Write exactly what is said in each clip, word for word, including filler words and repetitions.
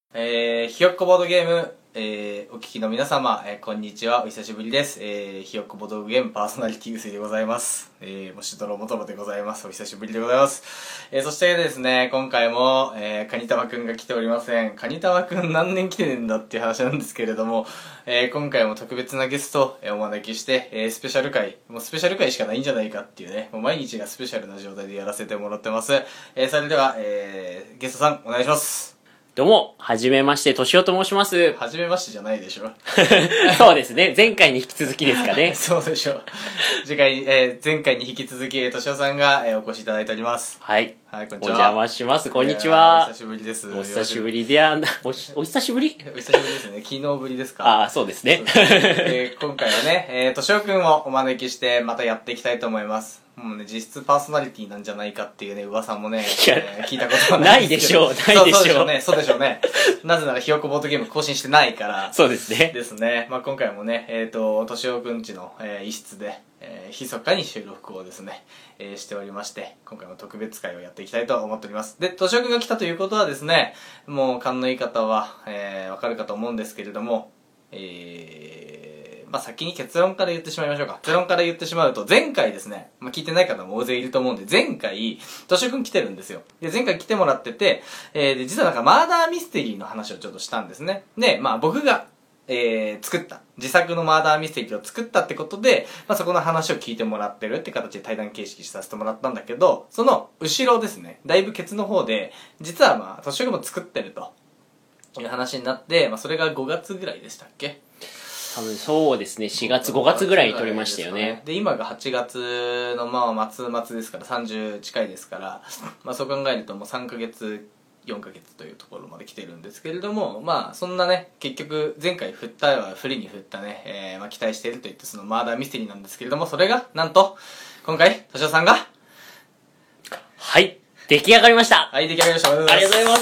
えー、ひよっこボードゲーム、えー、お聞きの皆様、えー、こんにちは、お久しぶりです。えー、ひよっこボードゲームパーソナリティうすいでございます。えー、もしどろもとろでございます。お久しぶりでございます。えー、そしてですね、今回も、えー、カニタマくんが来ておりません。カニタマくん何年来てねんだっていう話なんですけれども、えー、今回も特別なゲストを、えー、お招きして、えー、スペシャル回、もうスペシャル回しかないんじゃないかっていうね、もう毎日がスペシャルな状態でやらせてもらってます。えー、それでは、えー、ゲストさんお願いします。 どうも、はじめまして、としおと申します。 はじめましてじゃないでしょ。 そうですね。前回に引き続きですかね。 そうでしょう。次回、えー、前回に引き続き、としおさんが、えー、お越しいただいております。 はい。 はい、こんにちは。 お邪魔します。こんにちは。 お久しぶりです。 お久しぶりでやんだ。おし、お久しぶりお久しぶりですね。昨日ぶりですか。 ああ、そうですね。 えー、今回はね、えー、としおくんをお招きして、またやっていきたいと思います。もうね、実質パーソナリティなんじゃないかっていうね、噂もね、えー、聞いたことはないですけど。 ないでしょう、ないでしょう。 そうでしょうね、そうでしょうね。なぜなら、ひよこボードゲーム更新してないから。 そうですね。 ですね。まあ今回もね、えっ、ー、と、としおくんちの、えー、一室で、えー、密かに収録をですね、えー、しておりまして、今回も特別会をやっていきたいと思っております。で、としおくんが来たということはですね、もう勘のいい方は、えー、わかるかと思うんですけれども、えー、まあ、先に結論から言ってしまいましょうか。結論から言ってしまうと、前回ですね、まあ、聞いてない方も大勢いると思うんで、前回、としおくん来てるんですよ。で、前回来てもらってて、えー、で、実はなんかマーダーミステリーの話をちょっとしたんですね。で、まあ、僕が、えー、作った、自作のマーダーミステリーを作ったってことで、まあ、そこの話を聞いてもらってるって形で対談形式させてもらったんだけど、その後ろですね、だいぶケツの方で、実はまあ、としおくんも作ってるという話になって、まあ、それがごがつぐらいでしたっけ？ 多分そうですね、しがつ、ごがつぐらいに撮りましたよね。 で、今がはちがつのまあ末末ですから、さんじゅう近いですから、まあそう考えるともうさんかげつ、よんかげつというところまで来てるんですけれども、まあそんなね、結局前回振ったは振りに振ったね、えー、まあ期待しているといってそのマーダーミステリーなんですけれども、それがなんと今回としおさんがはい出来上がりました。 はい出来上がりました。 ありがとうございます。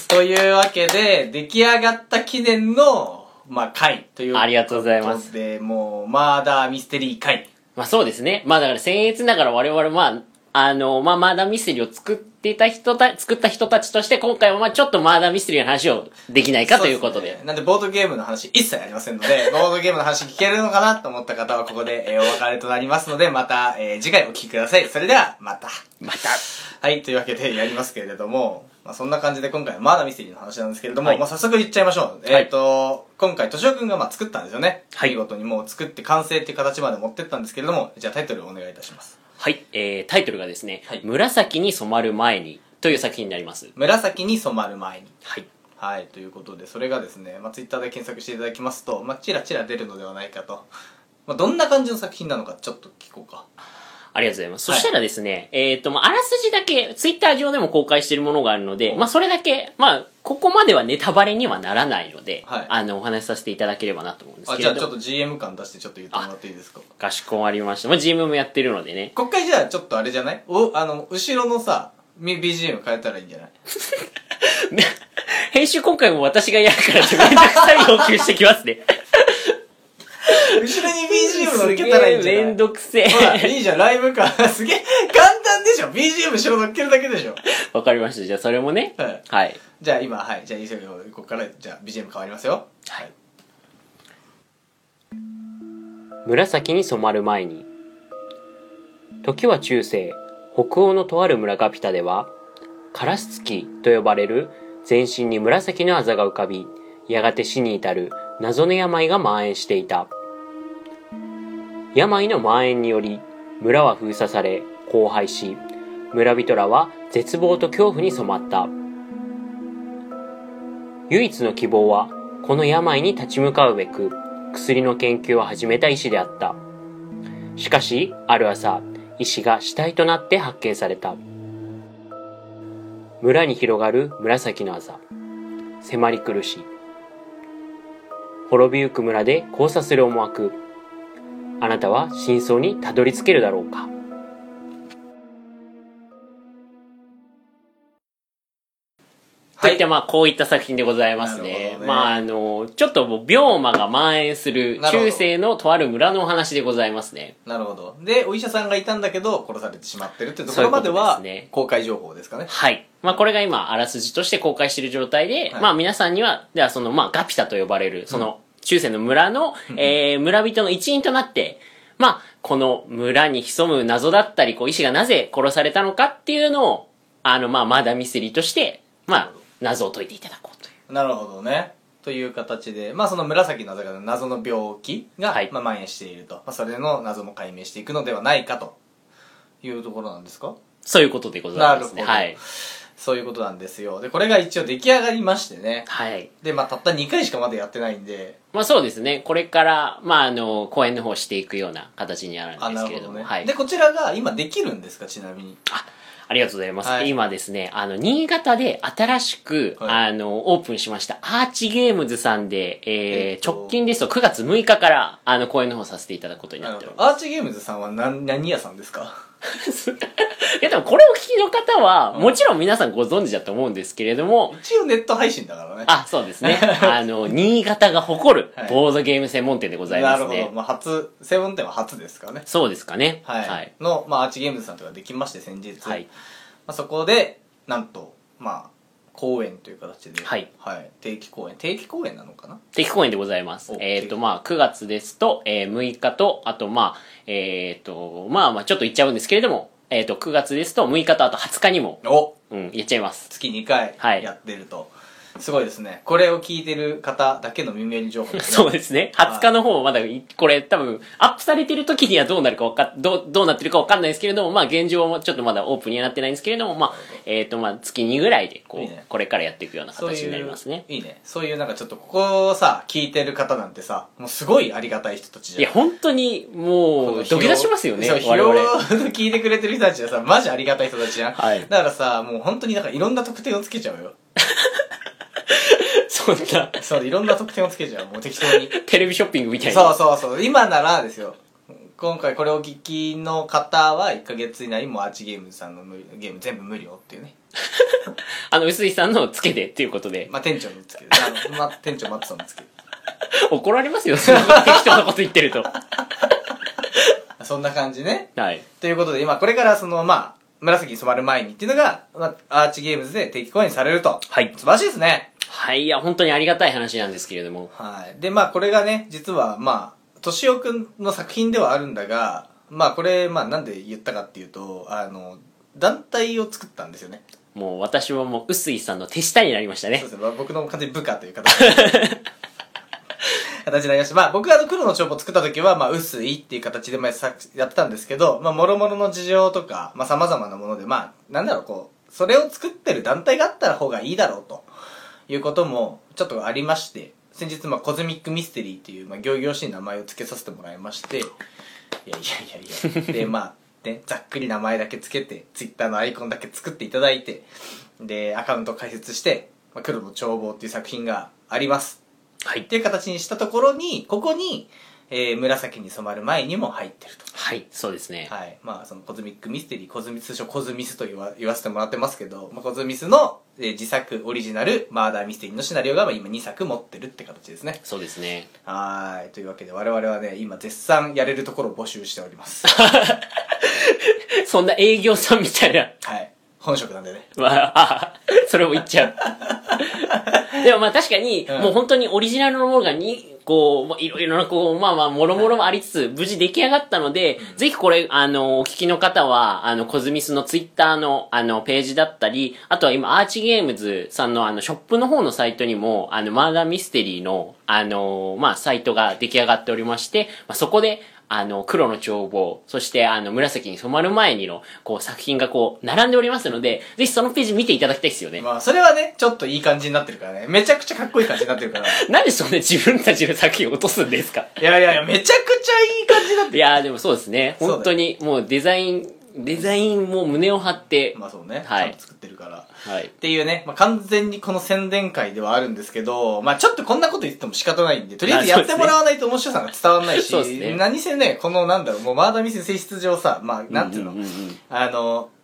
というわけで出来上がった記念のまあ、回ということで。 ありがとうございます。 で、もう、マーダーミステリー回。 まあそうですね。まあだから僭越ながら我々まあ、あの、まあマーダーミステリーを作っていた人た、作った人たちとして今回はまあちょっとマーダーミステリーの話をできないかということで。 でね、なんでボードゲームの話一切ありませんので、ボードゲームの話聞けるのかなと思った方はここで、えー、お別れとなりますので、また、えー、次回お聞きください。それでは、また。 また。 はい、というわけでやりますけれども、まあそんな感じで今回はマーダーミステリーの話なんですけれども、はい、まあ早速言っちゃいましょう。はい、えっ、ー、と、今回、としおくんがまあ作ったんですよね。はい。見事にもう作って完成っていう形まで持ってったんですけれども、じゃあタイトルをお願いいたします。 はい、えー、タイトルがですね、はい、紫に染まる前にという作品になります。 紫に染まる前に。 はい。 はい、ということで、それがですね、まあツイッターで検索していただきますと、まあチラチラ出るのではないかと。まあどんな感じの作品なのかちょっと聞こうか。 ありがとうございます。はい、そしたらですね、えっ、ー、と、まあ、あらすじだけ、ツイッター上でも公開しているものがあるので、まあ、それだけ、まあ、ここまではネタバレにはならないので、はい、あの、お話しさせていただければなと思うんですけれども。 あ、じゃあちょっと ジーエム 感出してちょっと言ってもらっていいですか？ かしこまりました。まあ、ジーエム もやってるのでね。 こっからじゃあちょっとあれじゃないお、あの、後ろのさ、ビージーエム 変えたらいいんじゃない編集今回も私がやるからってめんどくさい要求してきますね。 後ろに ビージーエム 乗っけたらいいんじゃない？ めんどくせえ。 ほら、いいじゃん、ライブ感。すげえ、簡単でしょ !ビージーエム 後ろ乗っけるだけでしょ。 わかりました。じゃあそれもね。はい。はい。 じゃあ今、はい。じゃあ、ここから、じゃあ ビージーエム 変わりますよ。はい。 紫に染まる前に。時は中世、北欧のとある村カピタでは、カラスツキと呼ばれる全身に紫のあざが浮かび、やがて死に至る謎の病が蔓延していた。病の蔓延により、村は封鎖され、荒廃し、村人らは絶望と恐怖に染まった。唯一の希望は、この病に立ち向かうべく、薬の研究を始めた医師であった。しかし、ある朝、医師が死体となって発見された。村に広がる紫のあざ。迫り来る死。滅びゆく村で交差する思惑。あなたは真相にたどり着けるだろうか。 といってまあこういった作品でございますね。 ねまああの、ちょっともう病魔が蔓延する中世のとある村のお話でございますね。 なるほど。で、お医者さんがいたんだけど殺されてしまってるっていうところまではそういうことですね公開情報ですかね。 はい。まあこれが今あらすじとして公開している状態で、 はいまあ皆さんには、ではそのまあガピタと呼ばれる、その中世の村の、えー、村人の一員となって、まあこの村に潜む謎だったり、こう医師がなぜ殺されたのかっていうのを、あのまあマーダーミステリーとして、まあ謎を解いていただこうという。 なるほどね。という形で、まあその紫の謎の病気が、 はいまあ蔓延していると。まあそれの謎も解明していくのではないかというところなんですか？ そういうことでございますね。 なるほど。 はい。 そういうことなんですよ。で、これが一応出来上がりましてね。 はい。 で、まあたったにかいしかまだやってないんで。 まあそうですね。これから、まああの、公演の方していくような形になるんあ、 ですけれども。 なるほどね。 はい。 で、こちらが今できるんですか、ちなみに。 あ、ありがとうございます。 はい今ですね、あの、新潟で新しく、 はいあの、オープンしました、アーチゲームズさんで、えーえっと直近ですとくがつむいかから、あの、公演の方させていただくことになっておりまアーチゲームズさんは何、何屋さんですか？ す。いや、でもこれをお聞きの方は、 うんもちろん皆さんご存知だと思うんですけれども、 一応ネット配信だからね。 あ、そうですね。あの、新潟が誇るはいボードゲーム専門店でございますね。 なるほど。まあ初、セブンテンは初ですかね。 そうですかね。 はい。 はい。 の、まあアーチゲームズさんとかできまして先日。 はいまあそこで、なんと、まあ、公演という形で。 はい。 はい。定期公演。定期公演なのかな？ 定期公演でございますお。 えっ、と、まあ、くがつですと、えー、むいかと、あと、まあ、えっ、と、まあまあ、ちょっと言っちゃうんですけれども、えっ、と、くがつですと、むいかと、あとはつかにも、 おうん、言っちゃいます。 月にかいはいやってると。すごいですね。これを聞いてる方だけの耳寄り情報ですね。 そうですね。はつかの方、まだ、これ多分、アップされてる時にはどうなるかわか、どう、どうなってるかわかんないですけれども、まあ、現状もちょっとまだオープンにはなってないんですけれども、まあ、えっ、と、まあ、月にぐらいで、こう、 いいねこれからやっていくようなそういう形になりますね。 いいね。そういうなんかちょっとここをさ、聞いてる方なんてさ、もうすごいありがたい人たちじゃん。 いや、本当に、もう、ドキ出しますよね、 そう、 我々。 日を聞いてくれてる人たちはさ、マジありがたい人たちじゃん。 はいだからさ、もう本当になんかいろんな特典をつけちゃうよ。 そんな、 そう、いろんな特典をつけちゃう。もう適当に。 テレビショッピングみたいな。 そうそうそう。今ならですよ。今回これをお聞きの方はいっかげつ以内にもうアーチゲームズさんの無理ゲーム全部無料っていうね。 あの、臼井さんのつけでっていうことで。 まあ店長につける。あの、まあ店長マットさんにつける。 怒られますよ、そんな適当なこと言ってると。 そんな感じね。 はい。 ということで今これからそのまあ、紫に染まる前にっていうのが、まあ、アーチゲームズで定期公演されると。 はい。 素晴らしいですね。 はい、いや、本当にありがたい話なんですけれども。 はい。で、まあこれがね、実はまあ、としおくんの作品ではあるんだが、まあこれ、まあなんで言ったかっていうと、あの、団体を作ったんですよね。 もう私はもう、臼井さんの手下になりましたねそう。ですね。まあ僕の完全に部下という形で形になりました。まあ僕があの黒の帳簿を作った時は、まあ臼井っていう形でまあさやってたんですけど、まあ諸々の事情とか、まあ様々なもので、まあなんだろう、こう、それを作ってる団体があった方がいいだろうということもちょっとありまして、先日まあコズミックミステリーっていう、まあ仰々しい名前を付けさせてもらいまして、いやいやいやいや、でまあ、ね、ざっくり名前だけつけて、ツイッターのアイコンだけ作っていただいて、で、アカウント開設して、まあ、黒の帳簿っていう作品があります。 はいっ。ていう形にしたところに、ここに、えー、紫に染まる前にも入ってると。 はい、そうですね。 はい。まあ、そのコズミックミステリー、コズミス、通称コズミスと言わ言わせてもらってますけど、まあ、コズミスの、えー自作オリジナルマーダーミステリーのシナリオが、まあ、今にさく持ってるって形ですね。 そうですね。 はーい。というわけで、我々はね、今絶賛やれるところを募集しております。 そんな営業さんみたいな。 はい。本職なんでね。 まあ、あそれも言っちゃう。でもまあ確かに、 うんもう本当にオリジナルのものがに、こう、まあいろいろな、こう、まあまあ、もろもろもありつつ、無事出来上がったので、ぜひこれ、あの、お聞きの方は、あの、コズミスのツイッターの、あの、ページだったり、あとは今、アーチゲームズさんの、あの、ショップの方のサイトにも、あの、マーダーミステリーの、あの、まあ、サイトが出来上がっておりまして、まあ、そこで、あの、黒の帳簿、そしてあの、紫に染まる前にの、こう、作品がこう、並んでおりますので、ぜひそのページ見ていただきたいですよね。 まあ、それはね、ちょっといい感じになってるからね。めちゃくちゃかっこいい感じになってるから。 なんでそんな自分たちの作品を落とすんですか？ いやいやいや、めちゃくちゃいい感じになってる。 いやーでもそうですね。 そうだよ本当に、もうデザイン、デザインも胸を張って、 まあそうね。 はいちゃんと作ってるから。 はい。 っていうね、まあ、完全にこの宣伝会ではあるんですけど、まあちょっとこんなこと言っても仕方ないんで、とりあえずやってもらわないと面白さが伝わらないし、 そうですね何せね、このなんだろう、もうマーダーミス性質上さ、まあなんていうの、 んんんんあの、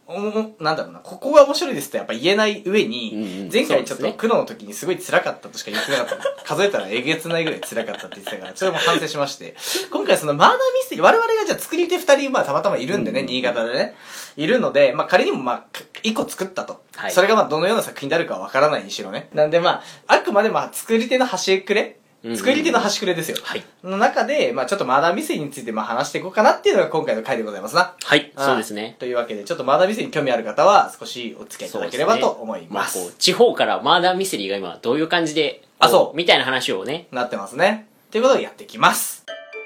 おなんだろうな、ここが面白いですってやっぱ言えない上に、 うんうん、 前回ちょっとね、 苦悩の時にすごい辛かったとしか言ってなかった。数えたらえげつないぐらい辛かったって言ってたから、それも反省しまして。今回そのマーダーミステリー、我々がじゃあ作り手二人、まあたまたまいるんでね、うん、新潟でね。いるので、まあ仮にもまあ、一個作ったと。はい、それがまあどのような作品であるかはわからないにしろね。なんでまあ、あくまでまあ作り手の端くれ作り手の端くれですよ。はい。の中で、まあちょっとマーダーミステリーについてまあ話していこうかなっていうのが今回の回でございますな。 はい、そうですね。 というわけで、ちょっとマーダーミステリーに興味ある方は少しお付き合いいただければと思います。 まあこう、地方からマーダーミステリーが今どういう感じで、 あ、そう。 みたいな話をね。 なってますね。ということでやっていきます。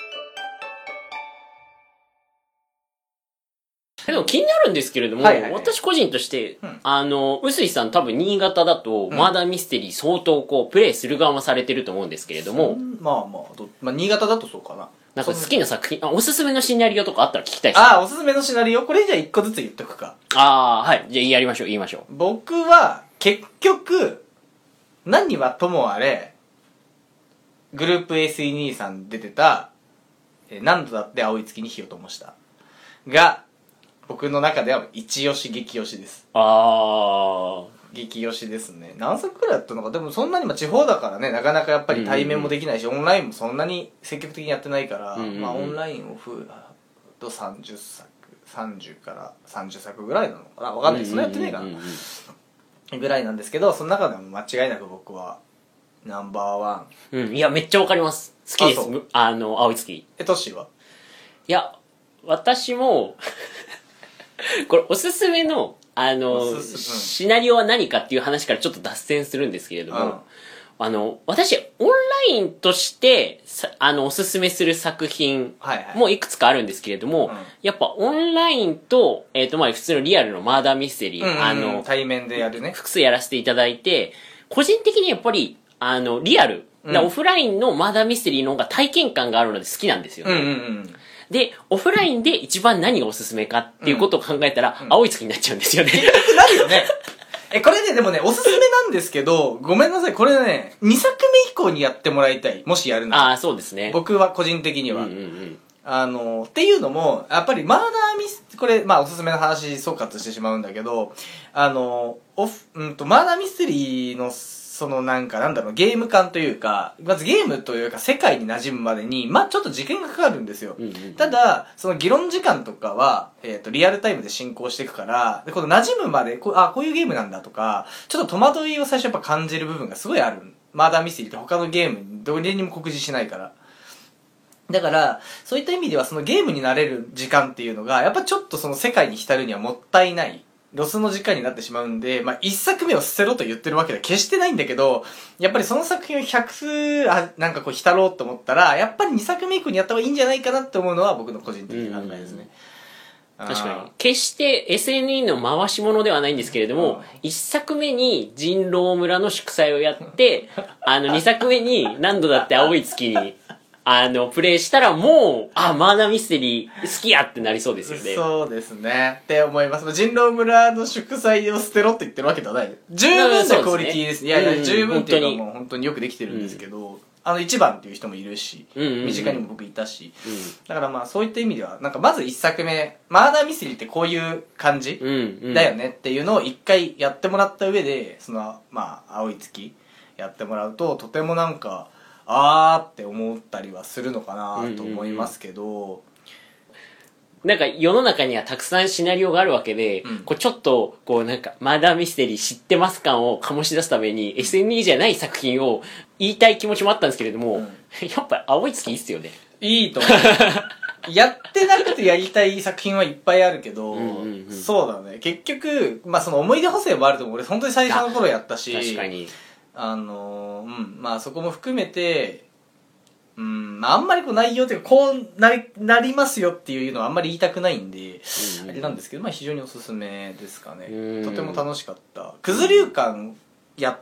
でも気になるんですけれども、はいはいはい、私個人として、うん、あの、臼井さん多分新潟だと、うん、マーダーミステリー相当こう、プレイする側もされてると思うんですけれども。 まあまあ、まあ、新潟だとそうかな。 なんか好きな作品、あ、おすすめのシナリオとかあったら聞きたいです、ね。 ああ、おすすめのシナリオこれじゃあ一個ずつ言っとくか。 ああ、はい。じゃあやりましょう、言いましょう。 僕は、結局、何はともあれ、グループ エスイー 兄さん出てた、え何度だって青い月に火を灯した。が、僕の中では一押し激押しです。 あー。 激押しですね。何作くらいやったのか。でもそんなにまあ地方だからね、なかなかやっぱり対面もできないし、うんうんうん、オンラインもそんなに積極的にやってないから、うんうんうん、まあオンラインをふうとさんじゅっさく、さんじゅうからさんじゅっさくぐらいなのかな。わかんない。そんなやってねえかな。ぐらいなんですけど、その中でも間違いなく僕はナンバーワン。うん、いや、めっちゃわかります。好きです。あ, あの、青い月。 え、トッシーは？ いや、私も、これおすすめの、あの、うん、シナリオは何かっていう話からちょっと脱線するんですけれども、うん、あの、私、オンラインとして、あの、おすすめする作品もいくつかあるんですけれども、はいはい、やっぱオンラインと、えっと、まあ、普通のリアルのマーダーミステリー、うんうん、あの、 対面でやるね。 複数やらせていただいて、個人的にやっぱり、あの、リアル、うん、オフラインのマーダーミステリーの方が体験感があるので好きなんですよね。 うんうんうん、 で、オフラインで一番何がおすすめかっていうことを考えたら、うん、青い月になっちゃうんですよね。 結局なるよね。え、これね、でもね、おすすめなんですけど、ごめんなさい、これね、にさくめ以降にやってもらいたい。もしやるなら。 ああ、そうですね。 僕は個人的には。 うんうんうん、 あの、っていうのも、やっぱりマーダーミス、これ、まあおすすめの話総括してしまうんだけど、あの、オフ、うんと、マーダーミステリーの、そのなんかなんだろう、ゲーム感というか、まずゲームというか世界に馴染むまでに、まあちょっと時間がかかるんですよ。うんうんうん、ただ、その議論時間とかは、えっと、リアルタイムで進行していくから、で、この馴染むまで、こあ、こういうゲームなんだとか、ちょっと戸惑いを最初やっぱ感じる部分がすごいある。マーダーミステリーって他のゲームにどれにも酷似しないから。だから、そういった意味ではそのゲームになれる時間っていうのが、やっぱちょっとその世界に浸るにはもったいない。ロスの時間になってしまうんで、まあ、一作目を捨てろと言ってるわけでは決してないんだけど、やっぱりその作品をひゃく、あ、なんかこう浸ろうと思ったら、やっぱりにさくめ以降にやった方がいいんじゃないかなって思うのは僕の個人的な考えですね。 確かに。決して エスエヌイー の回し物ではないんですけれども、いっさくめに人狼村の祝祭をやって、あのにさくめに何度だって青い月に、あの、プレイしたらもう、あ、マーダーミステリー好きやってなりそうですよね。 そうですね。って思います。人狼村の祝祭を捨てろって言ってるわけではない。十分なクオリティです。いやいや、十分っていうかもう本当によくできてるんですけど、うん、あの一番っていう人もいるし、うんうんうん、身近にも僕いたし、うん、だからまあそういった意味では、なんかまず一作目、マーダーミステリーってこういう感じ、うんうん、だよねっていうのを一回やってもらった上で、その、まあ、青い月やってもらうと、とてもなんか、あーって思ったりはするのかなと思いますけど、うんうんうん、 なんか世の中にはたくさんシナリオがあるわけで、うん、こうちょっとこうなんかマーダーミステリー知ってます感を醸し出すために エスエヌイー じゃない作品を言いたい気持ちもあったんですけれども、うん、やっぱ青い月いいっすよね。 いいと思う。やってなくてやりたい作品はいっぱいあるけど、うんうんうん、そうだね。結局、まあその思い出補正もあると思う。俺本当に最初の頃やったし、 確かに。 あのー、うん、まあそこも含めて、うん、まああんまりこう内容というか、こうなり、なりますよっていうのはあんまり言いたくないんで、うんうん、あれなんですけど、まあ非常におすすめですかね。とても楽しかった。クズ流館やって、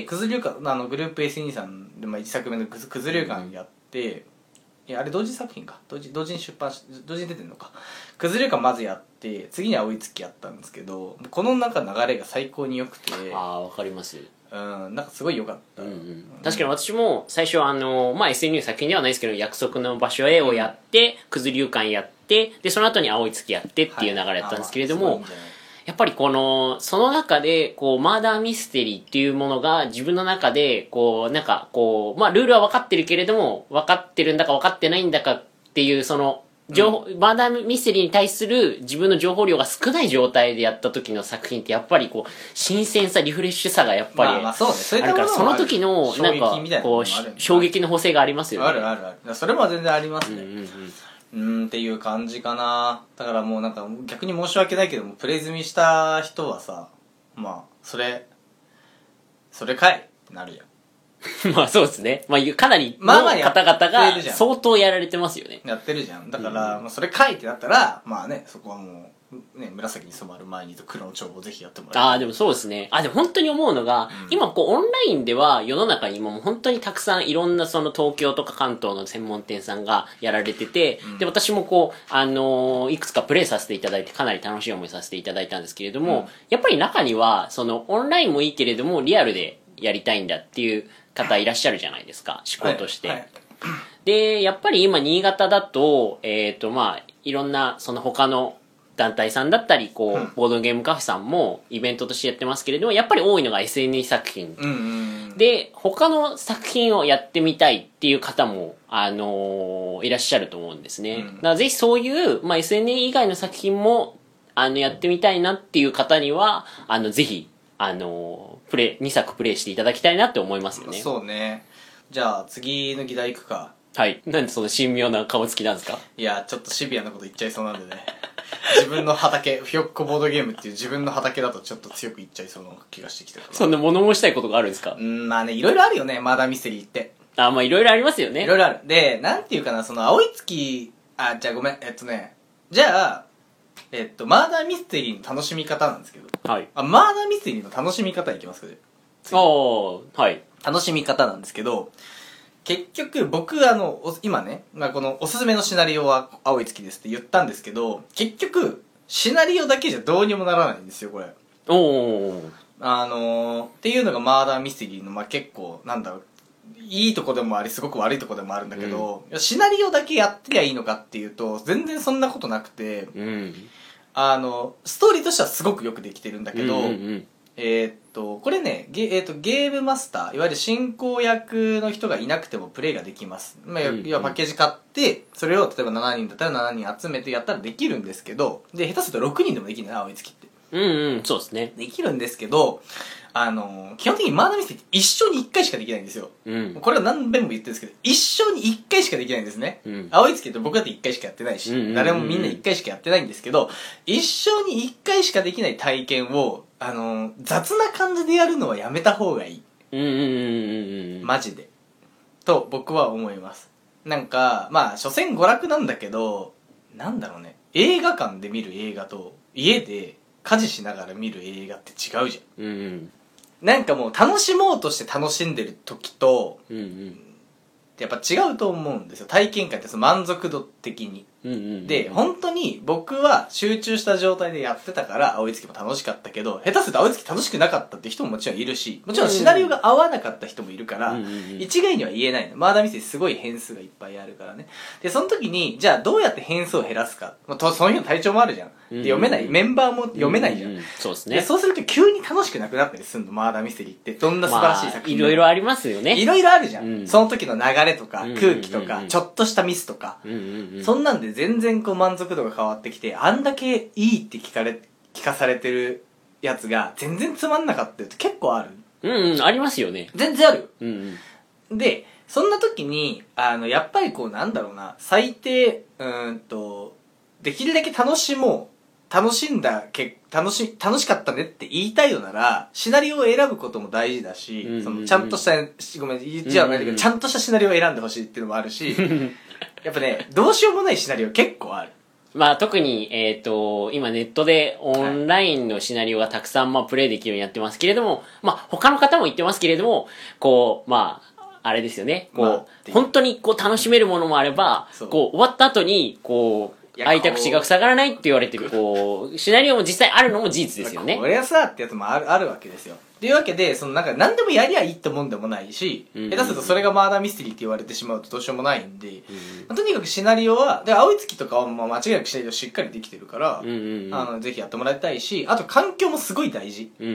クズ流館、あのグループ エスエヌイー さんで、まあいちさくめのクズ、クズ流館やって、いや、あれ同時作品か。同時、同時に出版し、同時に出てんのか。クズ流館まずやって、次に青い月やったんですけど、このなんか流れが最高に良くて。 ああ、わかります。 うん、なんかすごい良かった、うんうん、 確かに私も最初あの、まあ、エスエヌイー 作品ではないですけど約束の場所へをやって、うん、クズ流館やってでその後に青い月やってっていう流れだったんですけれども、はい、 やっぱりこの、その中で、こう、マーダーミステリーっていうものが自分の中で、こう、なんか、こう、まあ、ルールは分かってるけれども、分かってるんだか分かってないんだかっていう、その、情報、うん、マーダーミステリーに対する自分の情報量が少ない状態でやった時の作品って、やっぱりこう、新鮮さ、リフレッシュさがやっぱり、 まあまあそうね、そういっあるから、 たものもある。 その時の、なんか、こう、衝撃の補正がありますよね。 あるあるある。それも全然ありますね。 うんうんうん。 うーんっていう感じかな。だからもうなんか逆に申し訳ないけども、プレイ済みした人はさ、まあそれそれかいってなるやん。 まあそうですね。まあかなりの方々が相当やられてますよね。 やってるじゃん。だから、うん、まあ、それかいってなったら、まあね、そこはもうね、紫に染まる前にと黒の帳簿をぜひやってもらいたい。 ああ、でもそうですね。あ、でも本当に思うのが、うん、今こうオンラインでは世の中にも本当にたくさんいろんなその東京とか関東の専門店さんがやられてて、うん、で、私もこう、あのー、いくつかプレイさせていただいてかなり楽しい思いさせていただいたんですけれども、うん、やっぱり中には、そのオンラインもいいけれどもリアルでやりたいんだっていう方いらっしゃるじゃないですか、思考として。はいはい、で、やっぱり今新潟だと、えっと、まあ、いろんなその他の団体さんだったり、こう、ボードゲームカフェさんもイベントとしてやってますけれども、やっぱり多いのが エスエヌエス 作品。 うんうんうん、 で、他の作品をやってみたいっていう方も、あのー、いらっしゃると思うんですね。うん、だからぜひそういう、まあ、エスエヌエス 以外の作品も、あの、やってみたいなっていう方には、あの、ぜひ、あのー、プレイ、にさくプレイしていただきたいなって思いますよね。 そうね。じゃあ、次の議題いくか。 はい。なんでその神妙な顔つきなんですか？ いや、ちょっとシビアなこと言っちゃいそうなんでね。自分の畑、ひよっこボードゲームっていう自分の畑だとちょっと強く言っちゃいそうな気がしてきてるから。 そんな物申したいことがあるんですか？ うん、まあね、いろいろあるよね、マーダーミステリーって。 あ、まあいろいろありますよね。 いろいろある。で、なんていうかな、その青い月、あ、じゃあごめん、えっとね、じゃあ、えっと、マーダーミステリーの楽しみ方なんですけど。 はい。 あ、マーダーミステリーの楽しみ方いきますか？ ああ、はい。 楽しみ方なんですけど、結局僕あの今ね、まあ、このおすすめのシナリオは青い月ですって言ったんですけど、結局シナリオだけじゃどうにもならないんですよこれ。 おお。 あのー、っていうのがマーダーミステリーのまあ結構なんだろう、いいとこでもありすごく悪いとこでもあるんだけど、うん、シナリオだけやってりゃいいのかっていうと全然そんなことなくて、 うん、 あのストーリーとしてはすごくよくできてるんだけど、 うんうんうん、 えー、っとこれねゲ、えー、っとゲームマスターいわゆる進行役の人がいなくてもプレイができます、まあ、要はパッケージ買ってそれを例えばしちにんだったらしちにん集めてやったらできるんですけど、で下手するとろくにんでもできるんだな青い月って。 うんうんそうですね、 できるんですけど、あの基本的にマーダーミステリーって一生に一回しかできないんですよ、 うん、 これは何遍も言ってるんですけど一生に一回しかできないんですね、 うん、 青い月って僕だって一回しかやってないし、うんうんうんうん、誰もみんな一回しかやってないんですけど、一生に一回しかできない体験をあの雑な感じでやるのはやめた方がいい、 うんうんうんうん、 マジでと僕は思います。なんかまあ所詮娯楽なんだけど、なんだろうね、映画館で見る映画と家で家事しながら見る映画って違うじゃん、 うんうん、 なんかもう楽しもうとして楽しんでる時と、 うんうん、 やっぱ違うと思うんですよ、体験会ってその満足度的に、 うんうんうん、 で本当に僕は集中した状態でやってたから青い月も楽しかったけど、下手すると青い月楽しくなかったって人ももちろんいるし、もちろんシナリオが合わなかった人もいるから、うんうんうん、一概には言えないの。マーダーミステリーすごい変数がいっぱいあるからね。でその時にじゃあどうやって変数を減らすか、まあ、その日の体調もあるじゃん、で読めないメンバーも読めないじゃん、うんうんうん、 そうですね。 でそうすると急に楽しくなくなったりするの、マーダーミステリーってどんな素晴らしい作品、 まあ、いろいろありますよね。 いろいろあるじゃん、うん、その時の流れとか空気とか、 うんうんうんうん、 ちょっとしたミスとか、 うんうんうん、 そんなんで全然こう満足度が変わってきて、あんだけいいって聞かれ聞かされてるやつが全然つまんなかったって結構ある。 うんうんありますよね。 全然あるよ、 うんうん、でそんな時にあのやっぱりこうなんだろうな、最低うーんとできるだけ楽しもう、楽しんだけ楽し楽しかったねって言いたいのならシナリオを選ぶことも大事だし、うんうんうん、そのちゃんとしたごめん言っちゃうないけど、うんうんうん、ちゃんとしたシナリオを選んでほしいっていうのもあるしやっぱねどうしようもないシナリオ結構ある。 まあ特に、えっと、今ネットでオンラインのシナリオがたくさんまあプレイできるようにやってますけれども、まあ他の方も言ってますけれども、こう、まあ、あれですよね、こう、まあ、本当にこう楽しめるものもあれば、こう終わった後に、こう、開いた口が塞がらないって言われてる、こう、シナリオも実際あるのも事実ですよね。 これはさってやつもある、あるわけですよ。 っていうわけで、そのなんか何でもやりゃいいってもんでもないし、 うんうん下手するとそれがマーダーミステリーって言われてしまうとどうしようもないんで、 うんまあとにかくシナリオは、で、青い月とかはまあ間違いなくシナリオしっかりできてるから、 うんうんうん、 あの、ぜひやってもらいたいし、あと環境もすごい大事。 うんうんうん、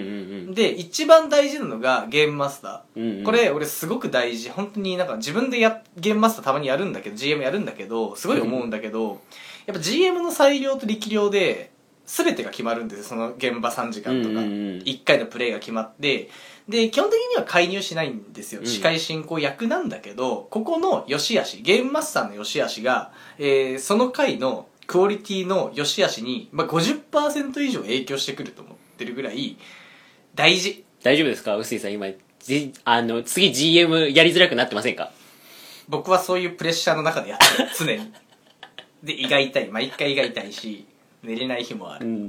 で、一番大事なのがゲームマスター。 うんうん、 これ、俺すごく大事。本当になんか自分でや、ゲームマスターたまにやるんだけど、ジーエム やるんだけど、すごい思うんだけど、うん、やっぱ ジーエム の裁量と力量で、全てが決まるんですよ。その現場さんじかんとか、いっかいのプレイが決まって、で、基本的には介入しないんですよ。司会進行役なんだけど、ここの良し悪し、ゲームマスターの良し悪しが、えー、その回のクオリティの良し悪しに、まあ、ごじゅっパーセント 以上影響してくると思ってるぐらい、大事。 大丈夫ですか臼井さん、今、じあの、次 ジーエム やりづらくなってませんか？ 僕はそういうプレッシャーの中でやってる、常に。で、胃が痛い。毎回胃が痛いし、寝れない日もある。 うんうんうん、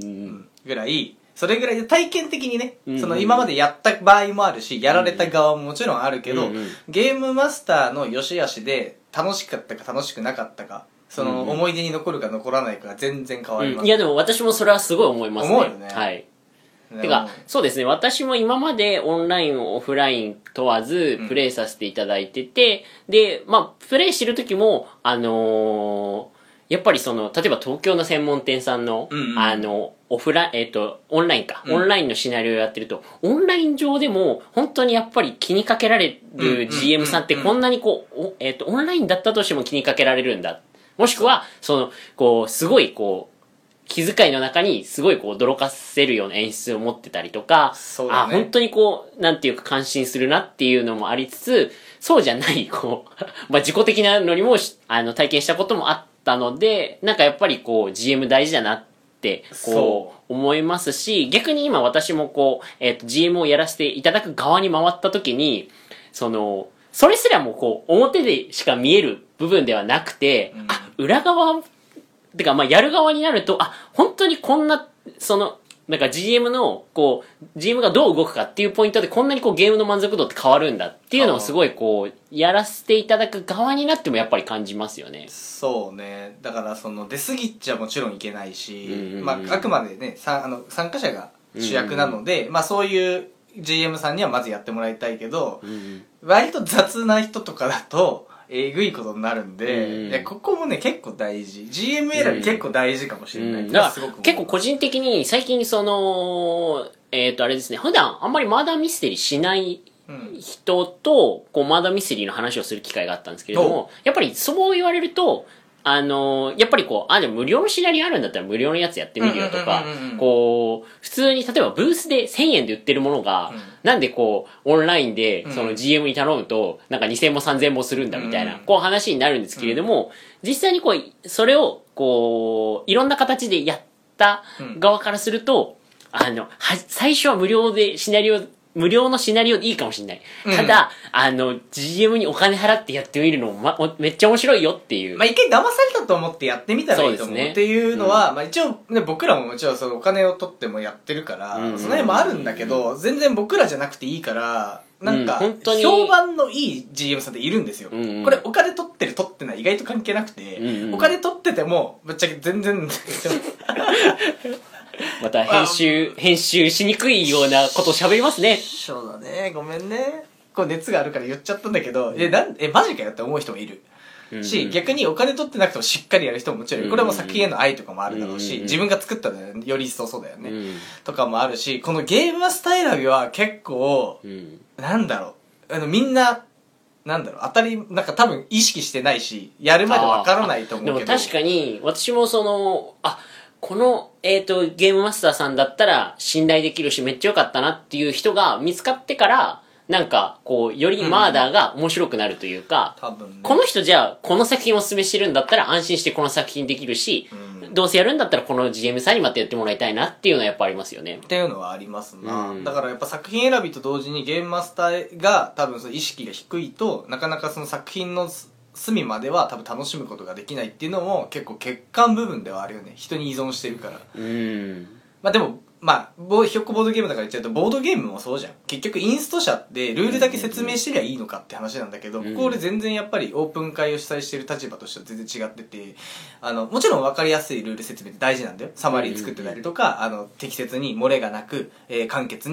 ぐらい、それぐらいで体験的にね、 うんうん、 その今までやった場合もあるし、やられた側ももちろんあるけど、 うんうん、 ゲームマスターの良し悪しで楽しかったか楽しくなかったか、その思い出に残るか残らないかが全然変わります。 うん、いやでも私もそれはすごい思いますね。 思うよね。 はい。てか、そうですね、私も今までオンライン、オフライン問わずプレイさせていただいてて、うん、で、まあ、プレイしてる時も、あのー、やっぱりその、例えば東京の専門店さんの、うんうん、あの、オフライン、えっと、オンラインか、うん、オンラインのシナリオをやってると、オンライン上でも、本当にやっぱり気にかけられる ジーエム さんってこんなにこう、えっと、オンラインだったとしても気にかけられるんだ。もしくは、その、こう、すごいこう、気遣いの中にすごいこう驚かせるような演出を持ってたりとか、 そうだね、 あ、本当にこう、なんていうか感心するなっていうのもありつつ、そうじゃない、こう、まあ自己的なのにも、あの、体験したこともあったので、なんかやっぱりこう、ジーエム 大事だなって、こう、思いますし、逆に今私もこう、えっと、ジーエム をやらせていただく側に回った時に、その、それすらもこう、表でしか見える部分ではなくて、うん、あ、裏側、てか、まあ、やる側になると、あ、本当にこんな、その、なんか ジーエム の、こう、ジーエム がどう動くかっていうポイントでこんなにこうゲームの満足度って変わるんだっていうのをすごいこう、やらせていただく側になってもやっぱり感じますよね。 そうね。だからその、出過ぎちゃもちろんいけないし、 うんうんうん、 まあ、あくまでね、さあの参加者が主役なので、うんうん、まあそういう ジーエム さんにはまずやってもらいたいけど、 うんうん、 割と雑な人とかだと、えぐいことになるんで、うん、いやここもね結構大事 ジーエム 選び結構大事かもしれない、 うん、だから結構個人的に最近そのえっ、ー、とあれですね普段あんまりマーダーミステリーしない人とこうマーダーミステリーの話をする機会があったんですけれども、やっぱりそう言われるとあのー、やっぱりこう、あ、でも無料のシナリオあるんだったら無料のやつやってみるよとか、こう、普通に例えばブースでせんえんで売ってるものが、うん、なんでこう、オンラインでその ジーエム に頼むと、なんかにせんもさんぜんもするんだみたいな、こう話になるんですけれども、実際にこう、それを、こう、いろんな形でやった側からすると、あの、は、最初は無料でシナリオ、無料のシナリオでいいかもしれない。ただ、うん、あの、ジーエム にお金払ってやってみるのも、ま、めっちゃ面白いよっていう。 まあ、一回騙されたと思ってやってみたらいいと思う。ね、っていうのは、うん、まあ一応、ね、僕らももちろんそのお金を取ってもやってるから、うん、その辺もあるんだけど、全然僕らじゃなくていいから、なんか、評判のいい ジーエム さんっているんですよ。うんうん、これお金取ってる取ってない意外と関係なくて、うんうん、お金取ってても、ぶっちゃけ全然、 また編集、編集しにくいようなことを喋りますね。 そうだね。ごめんね。こう熱があるから言っちゃったんだけど、え、なん、え、マジかよって思う人もいる。うんうん、し、逆にお金取ってなくてもしっかりやる人ももちろんいる。これはもう作品への愛とかもあるだろうし、うんうん、自分が作ったのより一層そうだよね、うん。とかもあるし、このゲームマスター選びは結構、うん、なんだろう。あの、みんな、なんだろう、当たり、なんか多分意識してないし、やるまでわからないと思うけど。 でも確かに、私もその、あ、この、えっと、ゲームマスターさんだったら信頼できるしめっちゃ良かったなっていう人が見つかってから、なんか、こう、よりマーダーが面白くなるというか、 うん、多分ね、 この人じゃあ、この作品をお勧めしてるんだったら安心してこの作品できるし、うん、どうせやるんだったらこの ジーエム さんにまたやってもらいたいなっていうのはやっぱありますよね。 っていうのはありますな。 うん、 だからやっぱ作品選びと同時にゲームマスターが多分その意識が低いと、なかなかその作品の隅までは多分楽しむことができないっていうのも結構欠陥部分ではあるよね。人に依存してるから。 うん。 まあでも、まあ、ひよっこボードゲームだから言っちゃうと、ボードゲームもそうじゃん。結局インスト社ってルールだけ説明してりゃいいのかって話なんだけど、ここ俺全然やっぱりオープン会を主催してる立場としては全然違ってて、あの、もちろん分かりやすいルール説明って大事なんだよ。サマリー作ってたりとか、あの、適切に漏れがなく、えー、簡潔に、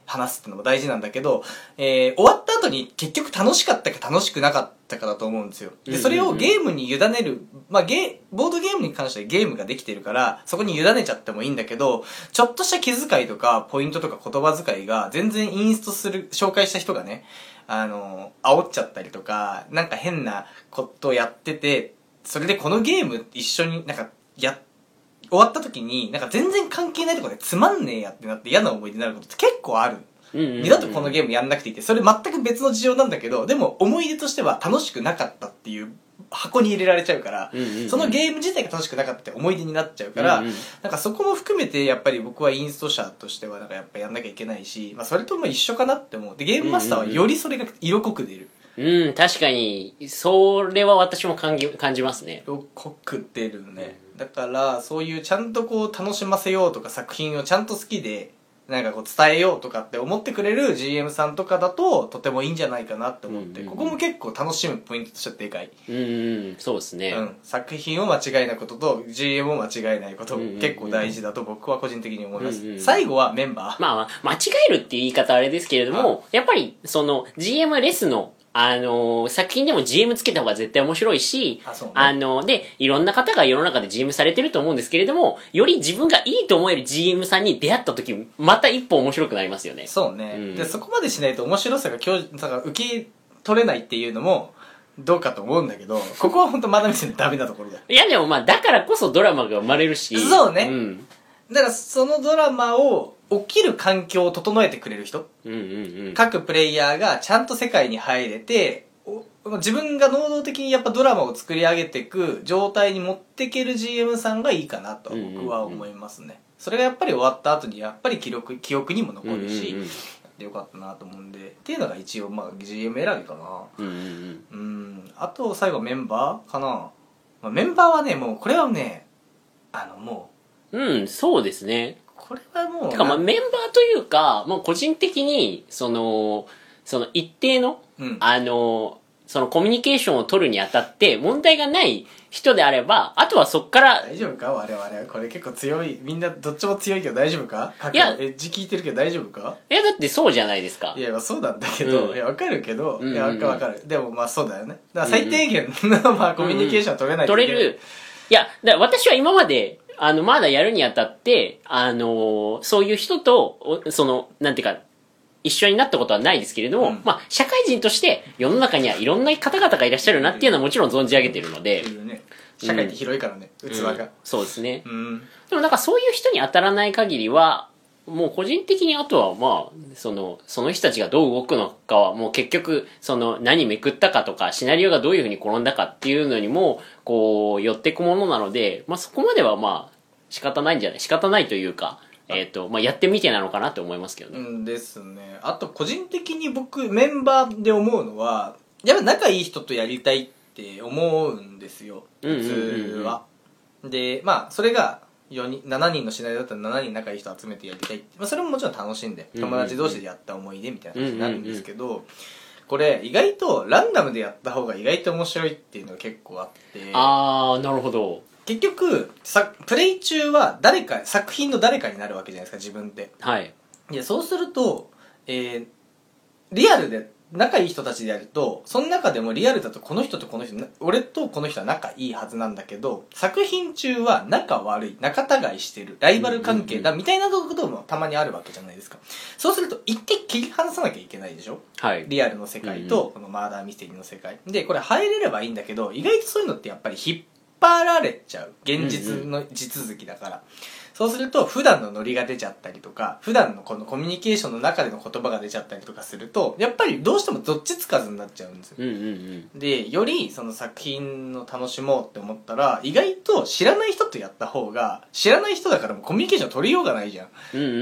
話すってのも大事なんだけど、えー、終わった後に結局楽しかったか楽しくなかったかだと思うんですよ。で、それをゲームに委ねる、まあ、ゲー、ボードゲームに関してはゲームができてるから、そこに委ねちゃってもいいんだけど、ちょっとした気遣いとか、ポイントとか言葉遣いが、全然インストする、紹介した人がね、あの、煽っちゃったりとか、なんか変なことをやってて、それでこのゲーム一緒になんか、や、終わった時に、なんか全然関係ないところでつまんねえやってなって嫌な思い出になることって結構ある。 うんうんうん、 二度とこのゲームやんなくていいって、それ全く別の事情なんだけど、でも思い出としては楽しくなかったっていう箱に入れられちゃうから、 うんうんうん、 そのゲーム自体が楽しくなかったって思い出になっちゃうから、うんうん、なんかそこも含めてやっぱり僕はインスト者としてはなんかやっぱやんなきゃいけないし、まあそれとも一緒かなって思う。で、ゲームマスターはよりそれが色濃く出る。 うん、確かに、それは私も感じ、感じますね。 色濃く出るね。だからそういうちゃんとこう楽しませようとか作品をちゃんと好きでなんかこう伝えようとかって思ってくれる ジーエム さんとかだととてもいいんじゃないかなって思って、うんうんうん、ここも結構楽しむポイントとしてはでかい。 うんうん、そうですね、 うん、作品を間違えないことと ジーエム を間違えないこと、うんうんうん、結構大事だと僕は個人的に思います、うんうんうん、最後はメンバー、 まあ、間違えるっていう言い方あれですけれども、やっぱりその ジーエム レスのあのー、作品でも ジーエム つけた方が絶対面白いし、あ、そうね、あのー、で、いろんな方が世の中で ジーエム されてると思うんですけれども、より自分がいいと思える ジーエム さんに出会った時、また一歩面白くなりますよね。 そうね。 うん、 で、そこまでしないと面白さが今日、だから受け取れないっていうのも、どうかと思うんだけど、ここは本当まだ見せのダメなところだよ。 いやでもまあ、だからこそドラマが生まれるし。 そうね。 うん。 だからそのドラマを、起きる環境を整えてくれる人、 うんうんうん、 各プレイヤーがちゃんと世界に入れて、自分が能動的にやっぱドラマを作り上げていく状態に持っていける ジーエム さんがいいかなと僕は思いますね、うんうんうん、それがやっぱり終わった後にやっぱり記録記憶にも残るし、うんうんうん、やってよかったなと思うんでっていうのが一応まあ ジーエム 選びかな、 うんうんうん、 うんあと最後メンバーかな、まあ、メンバーはねもうこれはねあのもううんそうですねこれはもうてかまあメンバーというか、まあ、個人的にそのその一定の、うん、あのそのコミュニケーションを取るにあたって問題がない人であれば、あとはそっから。 大丈夫か我々。これ結構強い。みんなどっちも強いけど大丈夫かいや、エッジ聞いてるけど大丈夫かいや、だってそうじゃないですか。 いや、まあそうなんだけど、うん、いや、わかるけど、うんうんうん、いや、わかるわかる。でもまあそうだよね。だから最低限の、うんうん、まあコミュニケーションは取れないといけない。 取れる。いや、だから私は今まで、あの、まだやるにあたって、あのー、そういう人と、その、なんていうか、一緒になったことはないですけれども、うん、まあ、社会人として世の中にはいろんな方々がいらっしゃるなっていうのはもちろん存じ上げているので、 うんね、社会って広いからね、うん、器が、うん、 そうですね、 うん、 でもなんかそういう人に当たらない限りはもう個人的にあとはまあそのその人たちがどう動くのかはもう結局その何めくったかとかシナリオがどういうふうに転んだかっていうのにもこう寄っていくものなので、まあ、そこまではまあ仕方ないんじゃない仕方ないというかえーとまあ、やってみてなのかなって思いますけどね。 うんですね。あと個人的に僕メンバーで思うのはやっぱ仲いい人とやりたいって思うんですよ普通は。でまあそれがよにんしちにんのシナリオだったらしちにん仲いい人集めてやりたいって、まあ、それももちろん楽しんで友達同士でやった思い出みたいな感じになるんですけど、これ意外とランダムでやった方が意外と面白いっていうのが結構あって。 あーなるほど。 結局さプレイ中は誰か作品の誰かになるわけじゃないですか自分って。 はいいやそうすると、えー、リアルで仲いい人たちでやるとその中でもリアルだとこの人とこの人俺とこの人は仲いいはずなんだけど作品中は仲悪い仲違いしてるライバル関係だみたいなこともたまにあるわけじゃないですか。そうすると一回切り離さなきゃいけないでしょ、 はい、 リアルの世界とこのマーダーミステリーの世界でこれ入れればいいんだけど意外とそういうのってやっぱり引っ張られちゃう現実の地続きだから、うんうん、そうすると普段のノリが出ちゃったりとか普段のこのコミュニケーションの中での言葉が出ちゃったりとかするとやっぱりどうしてもどっちつかずになっちゃうんですよ、 うんうんうん、でよりその作品の楽しもうって思ったら意外と知らない人とやった方が知らない人だからもうコミュニケーション取りようがないじゃん、 うんうんうん、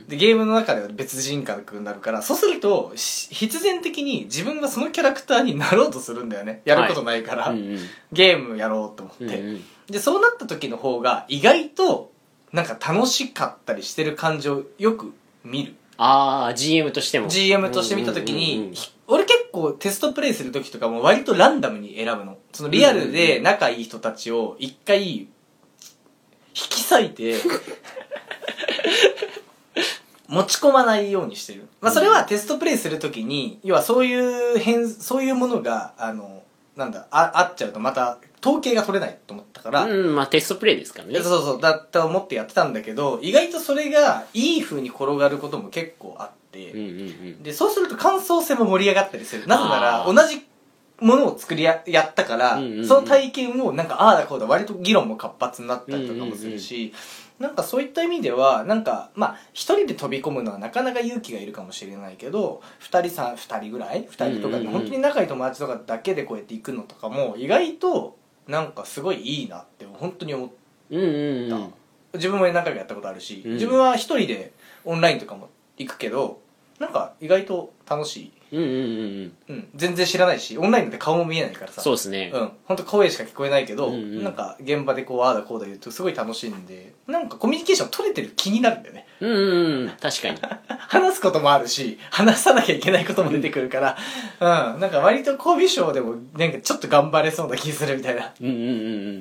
でゲームの中では別人格になるからそうすると必然的に自分がそのキャラクターになろうとするんだよねやることないから、はいうんうん、ゲームやろうと思って、うんうん、でそうなった時の方が意外となんか楽しかったりしてる感じをよく見る。 ああ ジーエム としてもジーエム として見た時に、うんうんうんうん、俺結構テストプレイする時とかも割とランダムに選ぶの。そのリアルで仲いい人たちを一回引き裂いて持ち込まないようにしてる。まあそれはテストプレイするときに、要はそういう変、そういうものが、あの、なんだ、あ、あっちゃうとまた統計が取れないと思ったから。 うん、まあテストプレイですからね。 そうそう、だった思ってやってたんだけど、意外とそれがいい風に転がることも結構あって、 うんうんうん、 で、そうすると感想戦も盛り上がったりする。なぜなら、同じものを作りや、やったから、うんうんうん、その体験をなんか、ああだこうだ、割と議論も活発になったりとかもするし、うんうんうん、なんかそういった意味では、なんか、まあ、一人で飛び込むのはなかなか勇気がいるかもしれないけど、二人さん、二人ぐらい二人とかで、本当に仲いい友達とかだけでこうやって行くのとかも、意外と、なんかすごいいいなって本当に思った。 うんうんうん、 自分も何回かやったことあるし、うん、自分は一人でオンラインとかも行くけど、なんか意外と楽しい。 うんうんうん、 うん、全然知らないし、オンラインなんて顔も見えないからさ。 そうですね。 うん、本当声しか聞こえないけど、 うんうん、 なんか現場でこうああだこうだ言うとすごい楽しいんで、なんかコミュニケーション取れてる気になるんだよね。 うんうんうん、確かに。 話すこともあるし、話さなきゃいけないことも出てくるから、うん、なんか割とコミュ障でもなんかちょっと頑張れそうな気するみたいな。 うんうんうんうん。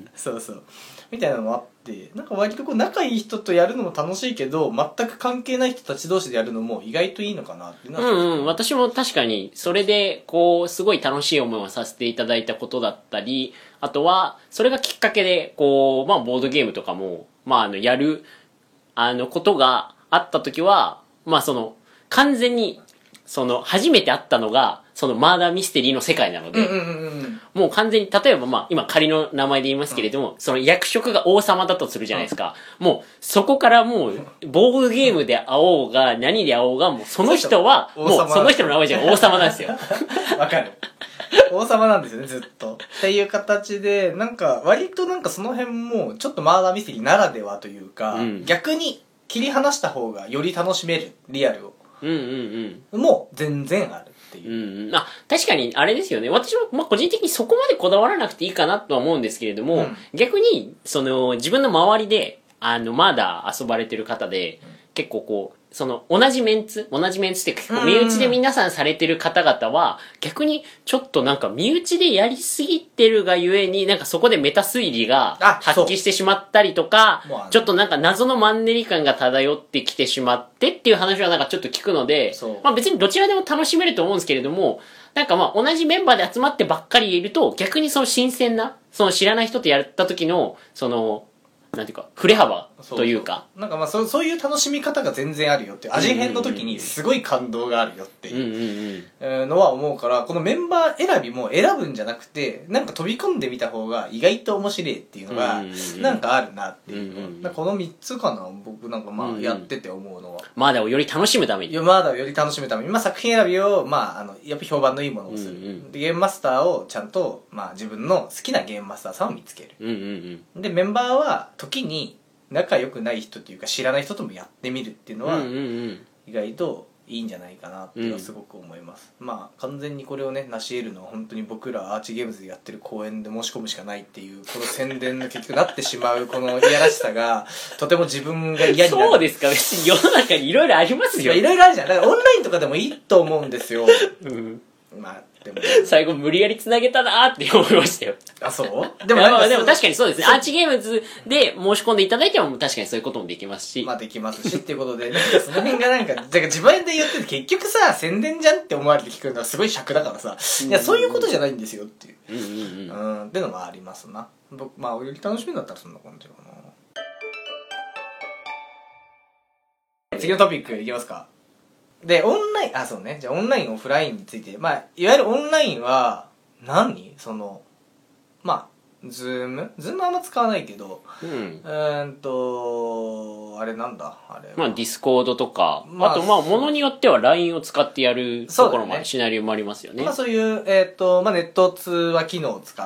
そうそう。みたいなのもあって、なんか割とこう仲いい人とやるのも楽しいけど、全く関係ない人たち同士でやるのも意外といいのかなっていうのは。 うんうん、私も確かにそれでこうすごい楽しい思いをさせていただいたことだったり、あとはそれがきっかけでこう、まあボードゲームとかも、まああのやる、あのことがあった時は、まあその完全にその初めて会ったのがそのマーダーミステリーの世界なので、 うんうんうん、 もう完全に例えばまあ今仮の名前で言いますけれども、うん、その役職が王様だとするじゃないですか、うん、もうそこからもうボードゲームで会おうが何で会おうがもうその人はもうその人の名前じゃ王様なんですよ。 わかる。王様なんですよね、ずっと。っていう形で、なんか割となんかその辺もちょっとマーダーミステリーならではというか、うん、逆に切り離した方がより楽しめる、リアルを。 うんうんうん。 もう全然あるっていう。 うんうん。あ、確かにあれですよね。私も、まあ、個人的にそこまでこだわらなくていいかなとは思うんですけれども、うん、逆に、その、自分の周りで、あの、まだ遊ばれてる方で、うん、結構こう、その、同じメンツ同じメンツって結構身内で皆さんされてる方々は、逆にちょっとなんか身内でやりすぎてるがゆえに、なんかそこでメタ推理が発揮してしまったりとか、ちょっとなんか謎のマンネリ感が漂ってきてしまってっていう話はなんかちょっと聞くので、まあ別にどちらでも楽しめると思うんですけれども、なんかまあ同じメンバーで集まってばっかりいると、逆にその新鮮な、その知らない人とやった時の、その、なんていうか、振れ幅というか。 そうそうなんかまあそ、そういう楽しみ方が全然あるよっていう、味変の時にすごい感動があるよっていうのは思うから、このメンバー選びも選ぶんじゃなくて、なんか飛び込んでみた方が意外と面白いっていうのが、なんかあるなっていう。うんうん、このみっつかな、僕なんかまあやってて思うのは。 マーダをより楽しむために。 いや、マーダをより楽しむために、まあ作品選びを、まああの、やっぱ評判のいいものをする。うんうん、でゲームマスターをちゃんと、まあ自分の好きなゲームマスターさんを見つける。 うんうんうん、 で、メンバーは時に、仲良くない人というか知らない人ともやってみるっていうのは意外といいんじゃないかなっていうのはすごく思います、うん、まあ完全にこれをね成し得るのは本当に僕らアーチゲームズでやってる公演で申し込むしかないっていうこの宣伝の結局なってしまうこのいやらしさがとても自分が嫌になる。 そうですか、別に世の中にいろいろありますよ。 いろいろあるじゃん。だからオンラインとかでもいいと思うんですよ、うん、まあでも最後無理やり繋げたなーって思いましたよ。 あ、そうでもなんかでも確かにそうですね。アーチゲームズで申し込んでいただいても確かにそういうこともできますし。 まあできますしっていうことで、なんかその辺がなんか、だから自分で言ってて結局さ、宣伝じゃんって思われて聞くのはすごい尺だからさ、いやそういうことじゃないんですよっていう。うんうんうん。うん、ってのもありますな。僕、まあより楽しみだったらそんな感じかな。次のトピックいきますか。で、オンライン、あ、そうね。じゃあオンライン、オフラインについて。まあ、いわゆるオンラインは何、その、まあ、ズームズームはあんま使わないけど、うん。えーんと、あれなんだあれ。 まあ、ディスコードとか、まあ、あと、まあ、ものによっては ライン を使ってやるところも、ね、シナリオもありますよね。 まあ、そういう、えっ、ー、と、まあ、ネット通話機能を使って、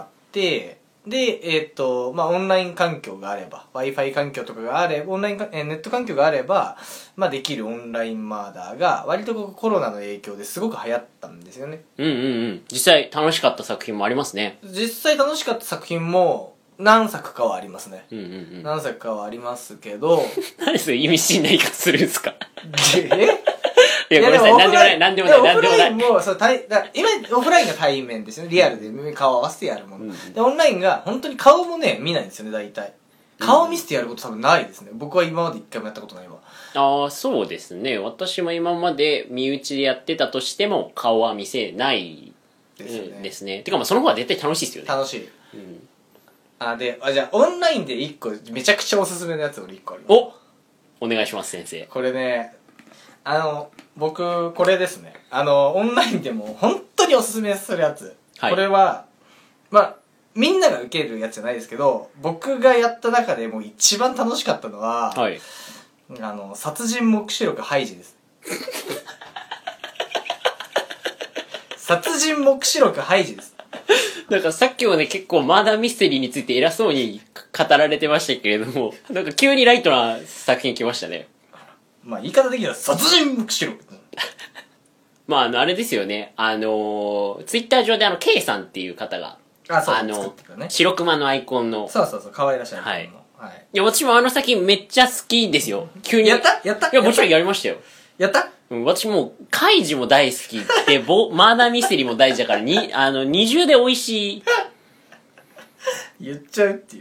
で、えっ、ー、と、まあ、オンライン環境があれば、Wi-Fi 環境とかがあれば、オンラインか、えー、ネット環境があれば、まあ、できるオンラインマーダーが、割とコロナの影響ですごく流行ったんですよね。 うんうんうん。実際楽しかった作品もありますね。 実際楽しかった作品も、何作かはありますね。 うんうんうん。 何作かはありますけど。 何それ意味深な言い方するんですかえいや、ごめんなさい。なんでもない、なんでもない、なんでもない。 オフラインも、そう、対、だ今、オフラインが対面ですよね。リアルで顔合わせてやるもの。うん、で、オンラインが、本当に顔もね、見ないんですよね、大体。顔見せてやること多分ないですね。僕は今まで一回もやったことないわ。 ああ、そうですね。私も今まで身内でやってたとしても顔は見せないですよね。 ですね。てかまあその方が絶対楽しいですよね。 楽しい。 うん、 あ、で、あ、じゃあオンラインでいっこめちゃくちゃおすすめのやつ俺いっこあります。 おお願いします先生。 これね、あの、僕、これですね。あの、オンラインでも本当におすすめするやつ。はい、これは、まあ、みんなが受けるやつじゃないですけど、僕がやった中でもう一番楽しかったのは、はい、あの、殺人目視録ハイジです。殺人目視録ハイジです。 なんかさっきもね結構マーダーミステリーについて偉そうに語られてましたけれども、なんか急にライトな作品来ましたね。 まあ言い方的には殺人目視録。 まああのあれですよね、あのー、ツイッター上であの K さんっていう方が、 あ、そう、 あの、ね、白熊のアイコンの。 そうそうそう、可愛らしいアイコンの。はい。 はい、いや、私もあの作品めっちゃ好きですよ。急に。 やったやったいや、もちろんやりましたよ。 やったうん、私もう、カイジも大好きで、ボ、マーダーミステリーも大事だから、に、あの、二重で美味しい。 言っちゃうっていう。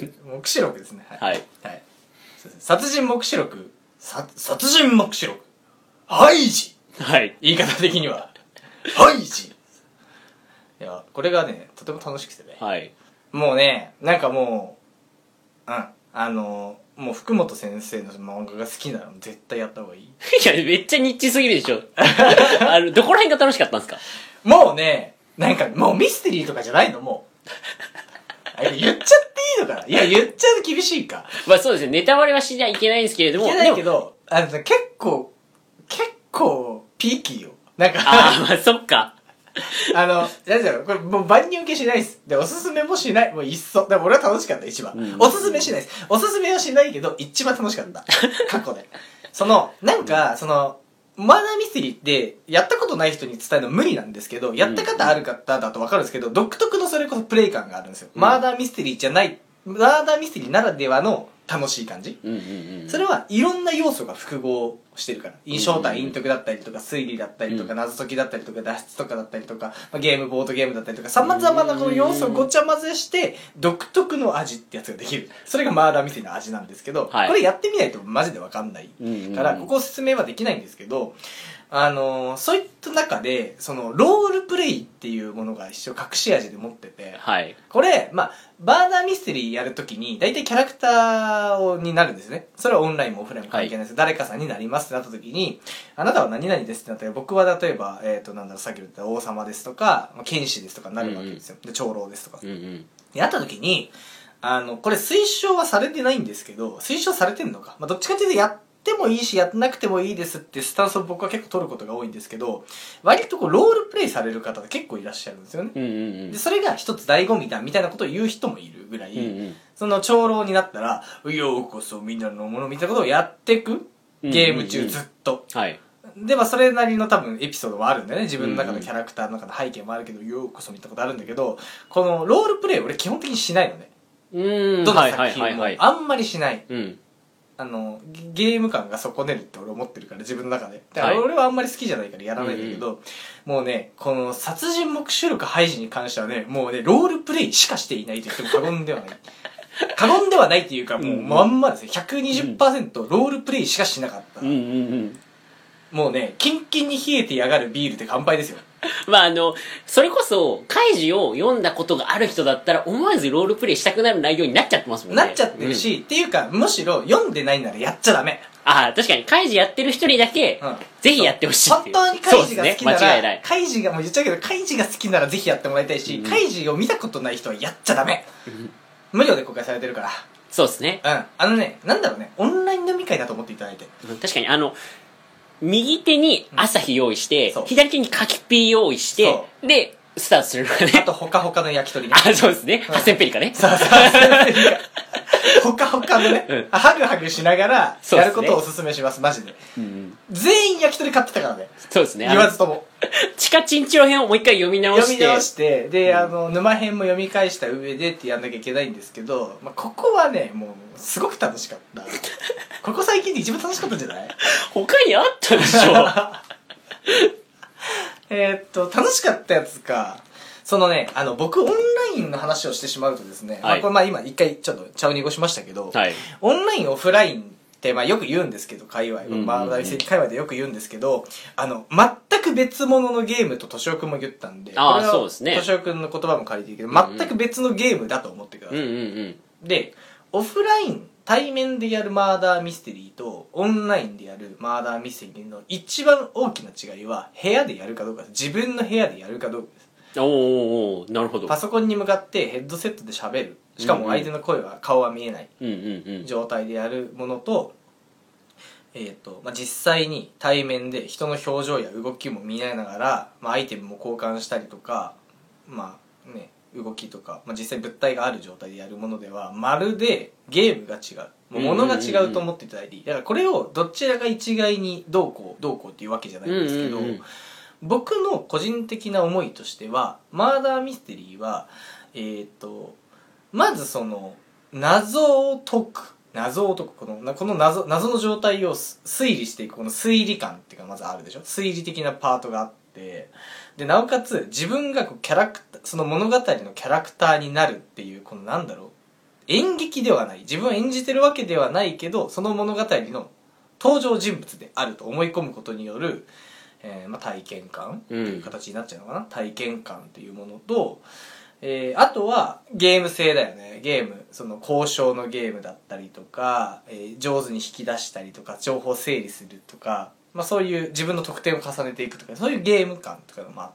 目視録ですね。はい。はい。はい、殺人目視録。さ、殺人目視録。ハイジ。 はい。 言い方的には。ハイジ。いや、これがね、とても楽しくてね。はい。もうね、なんかもう、うん。あの、もう福本先生の漫画が好きなら絶対やった方がいい。いや、めっちゃニッチすぎるでしょ。あの、どこら辺が楽しかったんですか？ もうね、なんかもうミステリーとかじゃないの、もう。言っちゃっていいのかな？いや、言っちゃうと厳しいか。 まあそうですね、ネタバレはしちゃいけないんですけれども。 いけないけど、あのさ、結構、結構、ピーキーよ。なんかああ、まあそっか。 あの、なんだろう、これもう万人受けしないです。で、おすすめもしない。もういっそ。でも俺は楽しかった、一番。うん、おすすめしないです。おすすめはしないけど、一番楽しかった。過去で。その、なんか、その、マーダーミステリーって、やったことない人に伝えるの無理なんですけど、やった方ある方だと分かるんですけど、独特のそれこそプレイ感があるんですよ。うん、マーダーミステリーじゃない、マーダーミステリーならではの楽しい感じ、うんうんうん、それはいろんな要素が複合してるから。正体隠匿だったりとか、推理だったりとか、謎解きだったりとか、脱出とかだったりとか、まあ、ゲーム、ボードゲームだったりとか、様々なこの要素をごちゃ混ぜして、独特の味ってやつができる。それがマーダーミステリーの味なんですけど、はい、これやってみないとマジでわかんないから、ここ説明はできないんですけど、あのー、そういった中で、その、ロールプレイっていうものが一応隠し味で持ってて、はい。これ、まあ、バーダーミステリーやるときに、大体キャラクターになるんですね。それはオンラインもオフラインも関係ないです。はい、誰かさんになりますってなったときに、あなたは何々ですってなったら、僕は例えば、えっ、ー、と、なんだろう、さっき言った王様ですとか、剣士ですとかになるわけですよ。うんうん、で、長老ですとか。うんうん、やったときに、あの、これ推奨はされてないんですけど、推奨されてんのか。まあ、どっちかというとやって、やってもいいしやってなくてもいいですってスタンスを僕は結構取ることが多いんですけど、割とこうロールプレイされる方が結構いらっしゃるんですよね、うんうんうん、でそれが一つ醍醐味だみたいなことを言う人もいるぐらい、うんうん、その長老になったらようこそみんなのものみたいなことをやっていくゲーム中ずっと、うんうんうん、はいで、まあ、それなりの多分エピソードはあるんだよね。自分の中のキャラクターの中の背景もあるけど、ようこそ見たことあるんだけど、このロールプレイ俺基本的にしないのね。うん。どの作品もあんまりしない。うん。あのゲーム感が損ねるって俺思ってるから自分の中でだから俺はあんまり好きじゃないからやらないんだけど、はい、もうねこの殺人目視録ハイジに関してはねもうねロールプレイしかしていないと言っても過言ではない過言ではないっていうかもうまんまですね ひゃくにじゅっパーセント ロールプレイしかしなかった、うんうんうん、もうねキンキンに冷えてやがるビールで乾杯ですよまああのそれこそカイジを読んだことがある人だったら思わずロールプレイしたくなる内容になっちゃってますもんね。 なっちゃってるし、うん、っていうかむしろ読んでないならやっちゃダメ。 ああ確かにカイジやってる一人だけ、うん、ぜひやってほしいっていう。 本当にカイジが好きなら、 ね、間違いない。 カイジがもう言っちゃうけどカイジが好きならぜひやってもらいたいし、うん、カイジを見たことない人はやっちゃダメ、うん、無料で公開されてるから。 そうですね。 うんあのねなんだろうねオンライン飲み会だと思っていただいて、 うん、確かにあの右手に朝日用意して、うん、左手に柿ピー用意して、で、スタートするのがね。 あと、ほかほかの焼き鳥ね。 あ、そうですね。ハッセンペリカね。 そうそう、ハッセンペリカ。ほかほかのね、うん、ハグハグしながら、やることをお勧めします、マジで。うん、全員焼き鳥買ってたからね。 そうですね。 言わずとも。 地下チンチロ編をもう一回読み直して。 読み直して、で、うん、あの、沼編も読み返した上でってやんなきゃいけないんですけど、まあ、ここはね、もう、すごく楽しかった。ここ最近で一番楽しかったんじゃない？ 他にあったでしょえっと、楽しかったやつか。そのね、あの、僕、オンラインの話をしてしまうとですね、はい、まあ、これまあ今一回ちょっと茶を濁しましたけど、はい、オンライン、オフラインっ 、まあよく言うんですけど、界隈、 うんうんうんマーダーミステリー界隈でよく言うんですけど、あの、全く別物のゲームと敏夫くんも言ったんで、 あーこれはそうですね敏夫くんの言葉も借りてるけど、全く別のゲームだと思ってください。 うんうんうんで、オフライン、対面でやるマーダーミステリーとオンラインでやるマーダーミステリーの一番大きな違いは部屋でやるかどうかです。自分の部屋でやるかどうかです。 おーおーなるほど。 パソコンに向かってヘッドセットで喋る。しかも相手の声は、顔は見えないうんうんうん状態でやるものと、えーとまあ、実際に対面で人の表情や動きも見ながら、まあ、アイテムも交換したりとか、まあね、動きとか、まあ、実際物体がある状態でやるものではまるでゲームが違う、もう物が違うと思っていただいていい。だからこれをどちらが一概にどうこうどうこうっていうわけじゃないんですけど、 うんうんうん僕の個人的な思いとしてはマーダーミステリーはえーとまずその謎を解く謎を解くこのこの 謎, 謎の状態を推理していくこの推理感っていうかまずあるでしょ。推理的なパートがあって、でなおかつ自分がこうキャラクターその物語のキャラクターになるっていうこのなんだろう、演劇ではない、自分を演じてるわけではないけどその物語の登場人物であると思い込むことによる、えーまあ、体験感っていう形になっちゃうのかな、うん、体験感っていうものと、えー、あとはゲーム性だよね。ゲームその交渉のゲームだったりとか、えー、上手に引き出したりとか情報整理するとか、まあ、そういう自分の得点を重ねていくとかそういうゲーム感とかもあって、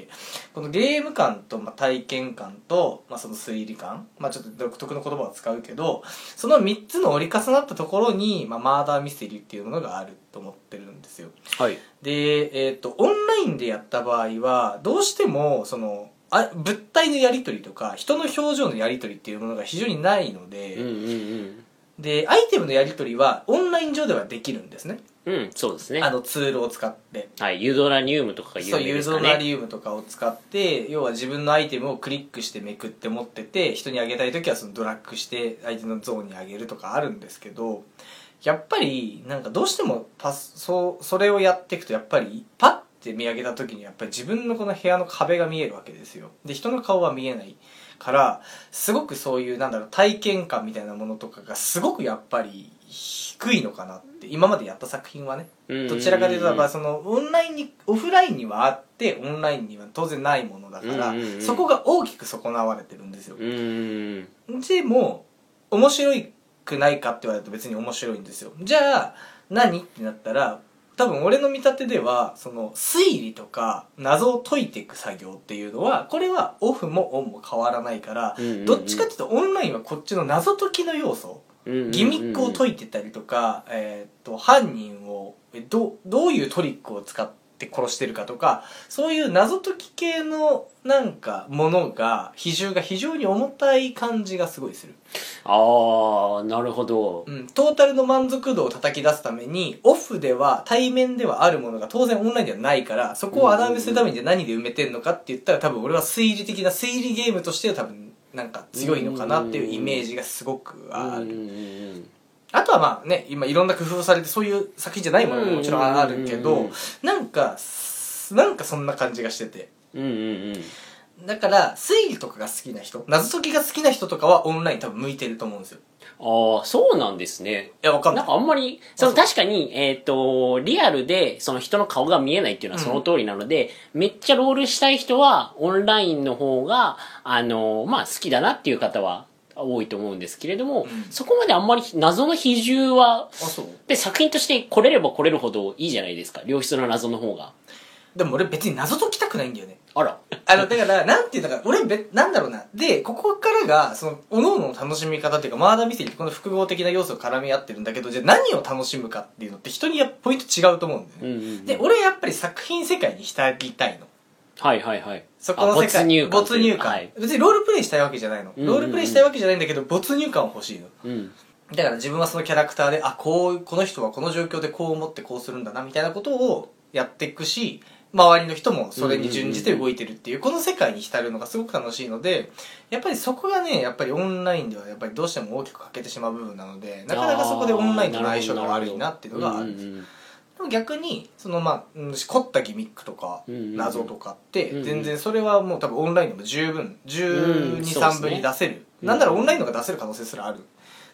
このゲーム感と、まあ、体験感と、まあ、その推理感、まあ、ちょっと独特の言葉を使うけどそのみっつの折り重なったところに、まあ、マーダーミステリーっていうものがあると思ってるんですよ。 はい。 で、えーと、オンラインでやった場合はどうしてもそのあ物体のやり取りとか人の表情のやり取りっていうものが非常にないので、 うんうんうんでアイテムのやり取りはオンライン上ではできるんですね。 うんそうですね。 あのツールを使って、 はいユードラニウムとかが有そう名ですかね。 ユーゾナリウムとかを使って要は自分のアイテムをクリックしてめくって持ってて人にあげたい時はそのドラッグして相手のゾーンにあげるとかあるんですけど、やっぱりなんかどうしてもパス そ, それをやっていくとやっぱりパッて見上げた時にやっぱり自分のこの部屋の壁が見えるわけですよ。で人の顔は見えないからすごくそういうなんだろう体験感みたいなものとかがすごくやっぱり低いのかなって今までやった作品はね、どちらかというとやっぱそのオンラインにオフラインにはあってオンラインには当然ないものだから、そこが大きく損なわれてるんですよ。 うんでも面白くないかって言われると別に面白いんですよ。じゃあ何ってなったら多分俺の見立てではその推理とか謎を解いていく作業っていうのはこれはオフもオンも変わらないから、 うんうんうんどっちかっていうとオンラインはこっちの謎解きの要素、ギミックを解いてたりとか、えー、っと犯人をどどういうトリックを使って殺してるかとかそういう謎解き系のなんかものが比重が非常に重たい感じがすごいする。 ああなるほど、 うん、トータルの満足度を叩き出すためにオフでは対面ではあるものが当然オンラインではないからそこを穴埋めするために何で埋めてんのかって言ったら多分俺は推理的な推理ゲームとしては多分なんか強いのかなっていうイメージがすごくある。 うんうんうんあとはまあね今いろんな工夫をされてそういう作品じゃないものももちろんあるけどなんかなんかそんな感じがしてて、 うんうんうん、 だから推理とかが好きな人謎解きが好きな人とかはオンライン多分向いてると思うんですよ。 ああそうなんですね。 いやわかんないなんかあんまりその確かにえっ、とリアルでその人の顔が見えないっていうのはその通りなので、うん、めっちゃロールしたい人はオンラインの方があのまあ好きだなっていう方は多いと思うんですけれども、うん、そこまであんまり謎の比重はあそうで作品として来れれば来れるほどいいじゃないですか良質な謎の方が。 でも俺別に謎解きたくないんだよね。 あらあのだからなんていうんだか俺べなんだろうなでここからがその各々の楽しみ方っていうかマーダーミステリーってこの複合的な要素が絡み合ってるんだけどじゃあ何を楽しむかっていうのって人にやっぱポイント違うと思うんだよね、うんうんうん、で俺はやっぱり作品世界に浸りたいの。 はいはいはい。 そこの世界没入感没入感、はい、別にロールプレイしたいわけじゃないの、うんうんうん、ロールプレイしたいわけじゃないんだけど没入感欲しいの、うん、だから自分はそのキャラクターであこうこの人はこの状況でこう思ってこうするんだなみたいなことをやっていくし周りの人もそれに準じて動いてるっていうこの世界に浸るのがすごく楽しいのでやっぱりそこがねやっぱりオンラインではやっぱりどうしても大きく欠けてしまう部分なのでなかなかそこでオンラインとの相性が悪いなっていうのがあるんですよ。でも逆にそのまあ凝ったギミックとか謎とかって全然それはもう多分オンラインでも十分じゅうに、さんぶんに出せる、なんならオンラインのが出せる可能性すらある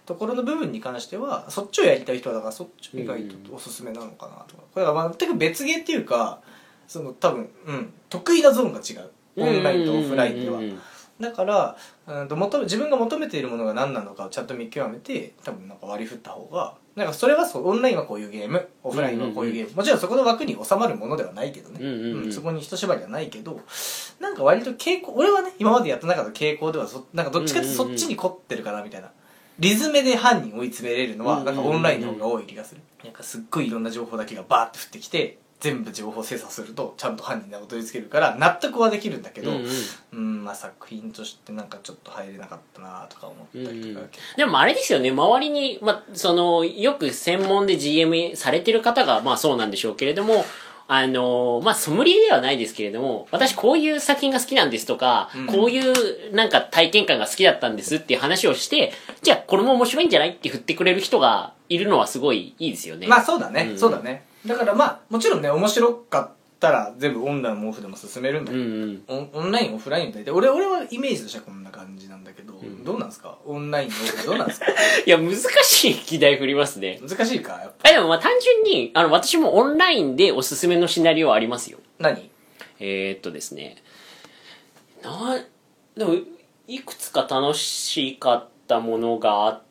ところの部分に関してはそっちをやりたい人はだからそっち意外とおすすめなのかなとか、これは全く別ゲーっていうかその多分、うん、得意なゾーンが違う、オンラインとオフラインでは。だから、うんと求め自分が求めているものが何なのかをちゃんと見極めて多分なんか割り振った方がなんかそれはそうオンラインはこういうゲームオフラインはこういうゲーム、もちろんそこの枠に収まるものではないけどね、 うんうんうんうん、そこに一縛りはないけどなんか割と傾向俺はね今までやった中の傾向ではそなんかどっちかっていうとそっちに凝ってるかなみたいな。リズムで犯人追い詰めれるのはなんかオンラインの方が多い気がする。なんかすっごいいろんな情報だけがバーって降ってきて全部情報精査するとちゃんと犯人にたどり着けるから納得はできるんだけど、うん、うん、まあ作品としてなんかちょっと入れなかったなとか思ったりとか、うん、 でもあれですよね、周りに、まあ、そのよく専門で ジーエム されてる方がまあそうなんでしょうけれども、あのまあソムリエではないですけれども、私こういう作品が好きなんですとか、うん、こういうなんか体験感が好きだったんですっていう話をして、じゃあこれも面白いんじゃないって振ってくれる人がいるのはすごいいいですよね。 まあそうだね、うん、そうだね。だからまあもちろんね面白かったら全部オンラインもオフでも進めるんだけど、うんうん、オ, ンオンラインオフライン大体俺俺はイメージとしてはこんな感じなんだけど、うん、どうなんですかオンラインのオフどうなんですかいや難しい議題振りますね。 難しいかやっぱ。 でもまあ単純にあの私もオンラインでおすすめのシナリオはありますよ。 何えー、っとですねなでもいくつか楽しかったものがあって、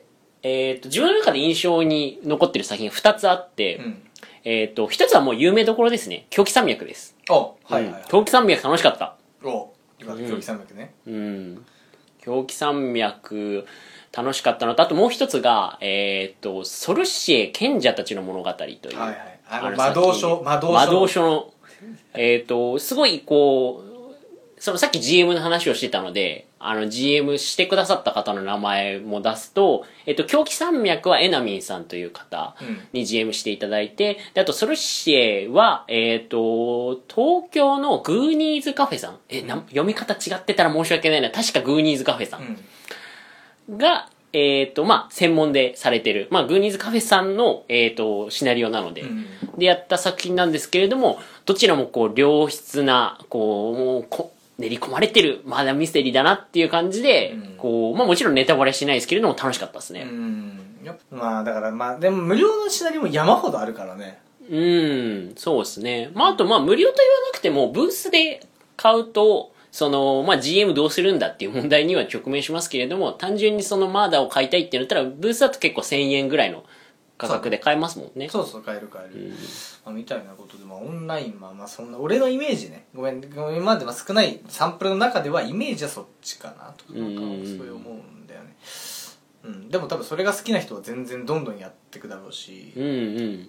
えー、っと自分の中で印象に残ってる作品がふたつあって、うん、えっとひとつはもう有名どころですね。狂気山脈です。 おはいはい、はい、 うん、狂気山脈楽しかった。 お今狂気山脈ね。 うん、うん、狂気山脈楽しかったのと、あともう一つがえっ、ー、とソルシエ賢者たちの物語という、 はいはい、あの魔導書魔導書魔導書のえっ、ー、とすごいこうそのさっき ジーエム の話をしてたので、あの ジーエム してくださった方の名前も出すと、えっと、狂気山脈はエナミンさんという方に ジーエム していただいて、であとソルシエは、えっと、東京のグーニーズカフェさん。え、な読み方違ってたら申し訳ないな。確かグーニーズカフェさんが、えっと、まあ、専門でされてる、まあ、グーニーズカフェさんの、えっと、シナリオなので、でやった作品なんですけれども、どちらもこう、良質な、こう、もうこ、練り込まれてるまだミステリーだなっていう感じで、うん、こうまあもちろんネタバレしないですけれども楽しかったですね。 うん、やっぱまあだからまあでも無料のシナリオも山ほどあるからね。 うんそうですね。まああとまあ無料と言わなくてもブースで買うとそのまあ ジーエム どうするんだっていう問題には直面しますけれども、単純にそのマーダーを買いたいってなったらブースだと結構せんえんぐらいの価格で買えますもんね。 そうそう買える買える、うんまあ、みたいなことで、まあ、オンラインはまあそんな俺のイメージねごめん今までは少ないサンプルの中ではイメージはそっちかなとかなんかそういう思うんだよね、うん、でも多分それが好きな人は全然どんどんやっていくだろうし、 うんうん、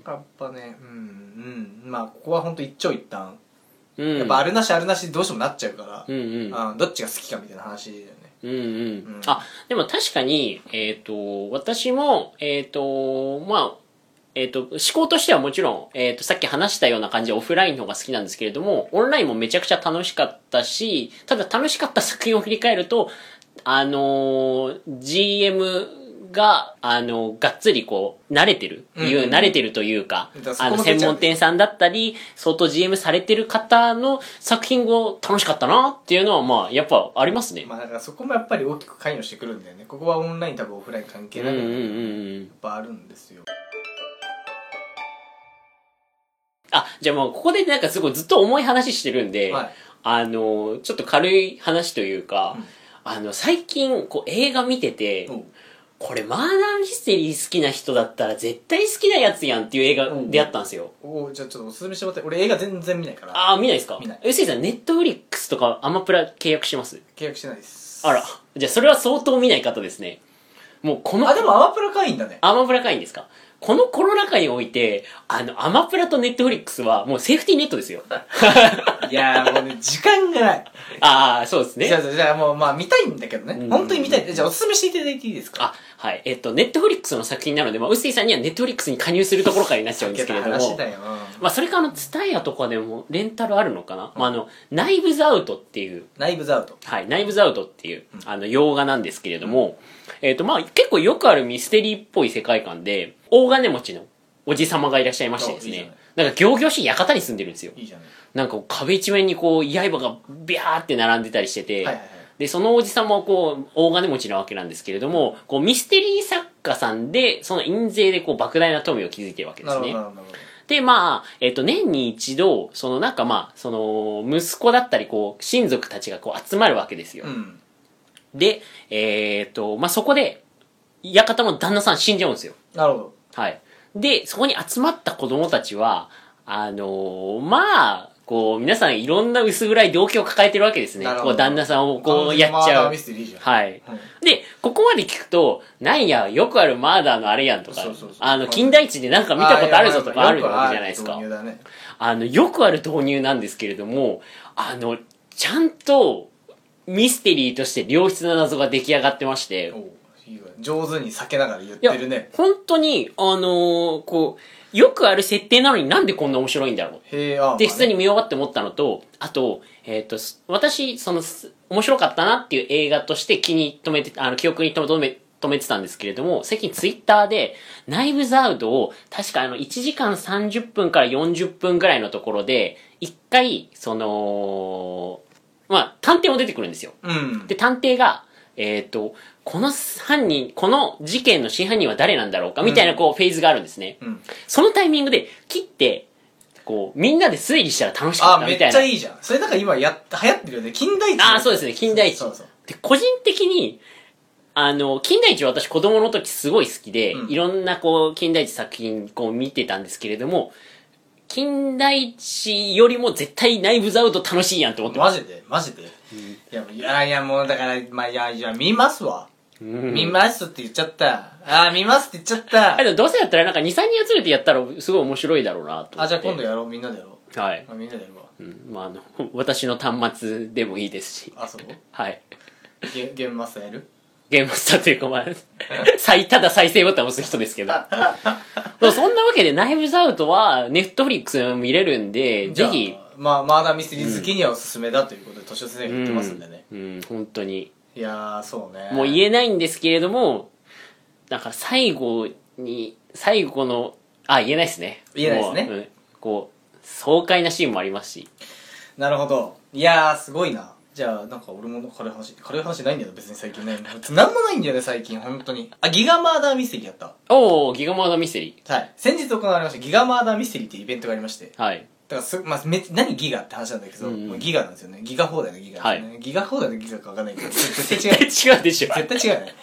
やっぱねうんうんまあここは本当一長一短、うん、やっぱあるなしあるなしどうしてもなっちゃうから、うんうん、あどっちが好きかみたいな話だよね。 うんうんうん、あでも確かに、えーと、私も、えーとまあえーと、思考としてはもちろん、えーと、さっき話したような感じでオフラインの方が好きなんですけれども、オンラインもめちゃくちゃ楽しかったし、ただ楽しかった作品を振り返ると、あのー、ジーエム が、あのー、がっつりこう、慣れてる、うんうん、慣れてるというか、あの、専門店さんだったり、相当 ジーエム されてる方の作品を楽しかったなっていうのは、まあ、やっぱありますね。 まあ、だからそこもやっぱり大きく関与してくるんだよね。ここはオンライン多分オフライン関係なく、やっぱあるんですよ。 あ、じゃあもうここでなんかすごいずっと重い話してるんで、はい、あの、ちょっと軽い話というか、うん、あの、最近こう映画見てて、うん、これマーダーミステリー好きな人だったら絶対好きなやつやんっていう映画出会ったんですよ。 おおじゃあちょっとおすすめしてもらって。俺映画全然見ないから。 ああ、見ないですか？ 見ない。 え、せいさん、ネットフリックスとかアマプラ契約してます？ 契約してないです。 あら、じゃあそれは相当見ない方ですね。もうこの。 あ、でもアマプラ会員だね。 アマプラ会員ですか？このコロナ禍において、あの、アマプラとネットフリックスはもうセーフティーネットですよ。 いやーもうね、時間がない。 ああ、そうですね。 じゃあ、じゃあもう、まあ見たいんだけどね。うん、本当に見たい。じゃあおすすめしていただいていいですか？ あ、はい。えっと、ネットフリックスの作品なので、まあ、うすいさんにはネットフリックスに加入するところからになっちゃうんですけれども。 話だよ。 まあ、それかあの、ツタヤとかでもレンタルあるのかな、うん、まあ、あの、ナイブズアウトっていう。 ナイブズアウト。 はい。ナイブズアウトっていう、うん、あの、洋画なんですけれども、うん、えっと、まあ、結構よくあるミステリーっぽい世界観で、大金持ちのおじ様がいらっしゃいましてですね。いいなんか、仰々しい館に住んでるんですよ。 いいじゃん。 なんか、壁一面にこう、刃がビャーって並んでたりしてて、はいはいはい、 で、そのおじさんもこう、大金持ちなわけなんですけれども、こう、ミステリー作家さんで、その印税でこう、莫大な富を築いてるわけですね。 なるほどなるほど。 で、まあ、えっと、年に一度、そのなんかまあ、その、息子だったり、こう、親族たちがこう、集まるわけですよ。 うん。 で、えーっと、まあ、そこで、館の旦那さん死んじゃうんですよ。 なるほど。 はい。で、そこに集まった子供たちは、あのーまあ、こう、皆さんいろんな薄暗い動機を抱えてるわけですね。 なるほどこう、旦那さんをこう、やっちマーダーゃう。 ミステリーじゃん。 はい。 うんで、ここまで聞くと、なんや、よくあるマーダーのあれやんとかそうそうそう、 あの、金田一でなんか見たことあるぞとかあるわけじゃないですかよくある導。入だね。 あの、よくある導入なんですけれども、あの、ちゃんと、ミステリーとして良質な謎が出来上がってまして、 おういいわ上手に避けながら言っいやてるね。 本当に、あのーこう、よくある設定なのになんでこんな面白いんだろうへえ、ああ。 で、普通にま見終わって思ったのと、あと、えっ、と、す私、その、す面白かったなっていう映画として気に留めて、あの、記憶に留め、止めてたんですけれども、最近ツイッターで、ナイブズアウトを、確かあの、いちじかんさんじゅっぷんからよんじゅっぷんぐらいのところで、一回、その、まあ、探偵も出てくるんですよ。 あねうん。 で、探偵が、えっ、と、この犯人、この事件の真犯人は誰なんだろうかみたいな、こう、フェーズがあるんですね。 うん。 そのタイミングで、切って、こう、みんなで推理したら楽しかあ、 ったみたいな。 めっちゃいいじゃん。それなんか今やっ、流行ってるよね。金田一。 ああ、そうですね、金田一。 そうそう。 で、個人的に、あの、金田一は私子供の時すごい好きで、 うんいろんなこう、金田一作品こう見てたんですけれども、金田一よりも絶対ナイブズアウト楽しいやんって思ってます。 マジでマジで、いや、いやいや、もうだから、まあ、いや、いや、見ますわ。 うん見ますって言っちゃった。あー、見ますって言っちゃった。 あでもどうせやったらなんかに、さんにん集めてやったらすごい面白いだろうなと思って。 あ、じゃあ今度やろう。みんなでやろう。 はい。 あみんなでやるわ。 うん、まああの、私の端末でもいいですし。 あ、そうはい。 ゲゲームマスターやるゲームマスターというかまあ、再、ただ再生ボタンを押す人ですけど。でもそんなわけで、ナイブズアウトは、ネットフリックスでも見れるんで、ぜひ、 じゃあまあ、マーダーミステリー好きにはおすすめだということで、年寄先生が言ってますんでね。 うん、うん、本当に。 いやー、そうね。 もう言えないんですけれども、だから最後に、最後の、あ、言えないですね。 言えないですねもううんこう、爽快なシーンもありますし。 なるほど。いやー、すごいな。じゃあ、なんか俺も軽い話、軽い話ないんだよ、別に最近ね。なんもないんだよね、最近、本当に。あ、ギガマーダーミステリーやった。 おー、ギガマーダーミステリはい。先日行われました、ギガマーダーミステリーっていうイベントがありまして。 ー。はい。 だからす、まあ、め何ギガって話なんだけど、 うんうんもうギガなんですよね。ギガ放題のギガですね。ギガ放題のギガかわかんないけど、絶対違う。 違うでしょ。 絶対違うよね。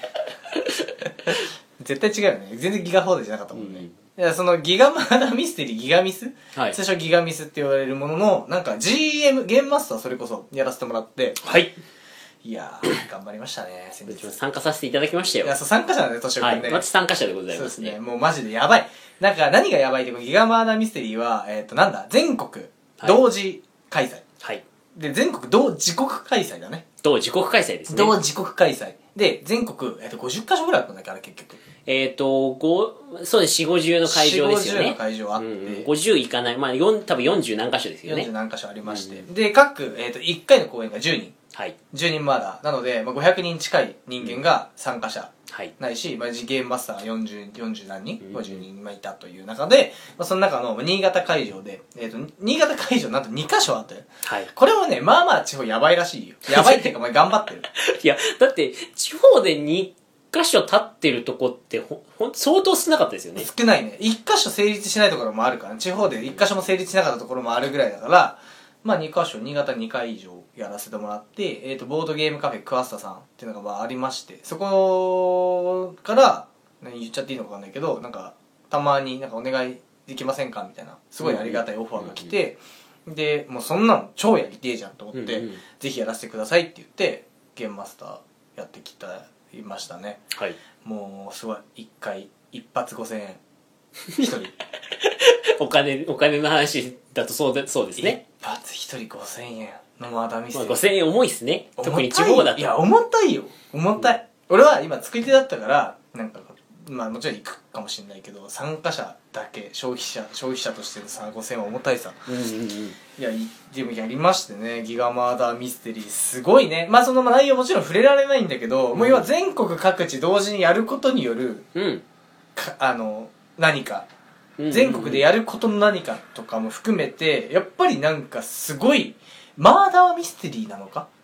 絶対違うよね。全然ギガ放題じゃなかったもんね。 うんいや、そのギガマーダーミステリー、ギガミス、 はい最初ギガミスって言われるものの、なんか ジーエム、ゲームマスターそれこそやらせてもらって、 はい。 いやー、頑張りましたね、先日。 参加させていただきましたよ。 いや、そう、参加者なんで、年をはい。 組んで、 私参加者でございまね。 そうですすね。もうマジでやばい。なんか何がやばいって、このギガマーダーミステリーは、えっ、と、なんだ、全国同時開催。 はい。 で、全国同自国開催だね。 同自国開催ですね。 同自国開催。で、全国、えっ、と、ごじゅっかしょぐらいあったんだっけ、あれ結局。 えっ、と、ご、そうです、よんじゅう、ごじゅうの会場ですよね。 よんじゅうの会場あって、 うんうん、ごじゅういかない。まあ、よん多分よんじゅう何箇所ですよねよんじゅう。何箇所ありまして。 うんで、各、えっ、と、いっかいの公演がじゅうにん。 はい。 じゅうにんマーダー。なので、まあ、ごひゃくにん近い人間が参加者。 はい。 ないし、まあ、ゲームマスターがよんじゅう、よんじゅう何人、 うんごじゅうにんいたという中で、まあ、その中の新潟会場で、えっ、と、新潟会場なんとにかしょあって、 はい。 これもね、まあまあ地方やばいらしいよ。やばいっていうか、まあ頑張ってる。 いや、だって、地方でに箇所立ってるとこって、ほ、ほん、相当少なかったですよね。 少ないね。いっかしょ成立しないところもあるから、地方でいっかしょも成立しなかったところもあるぐらいだから、まあにかしょ、新潟にかい以上やらせてもらって、えっ、と、ボードゲームカフェクワスタさんっていうのがまあありまして、そこから、何言っちゃっていいのかわかんないけど、なんか、たまになんかお願いできませんかみたいな、すごいありがたいオファーが来て、で、もうそんなの超やりてえじゃんと思って、 うんうんぜひやらせてくださいって言って、ゲームマスターやってきた、いましたね。 はい。 もう、すごい、一回、一発ごせんえん。一人。 お金、お金の話だとそうで、そうですね。 一発一人ごせんえんのマーダーミスまあ、 テリー。 ごせんえん重いっすね。 重たい特に地方だと。 いや、重たいよ。重たい。俺は今作り手だったから、なんか、まあもちろん行くかもしれないけど、参加者だけ、消費者、消費者としてのさ、ごせんえんは重たいさ。 うんうんうん。 いや、いでもやりましてね、ギガマーダーミステリー。すごいね。まあそのまあ内容もちろん触れられないんだけど、もう要は全国各地同時にやることによる、 うん。 かあの、何か。 うんうんうん全国でやることの何かとかも含めて、やっぱりなんかすごい、マーダーミステリーなのかこ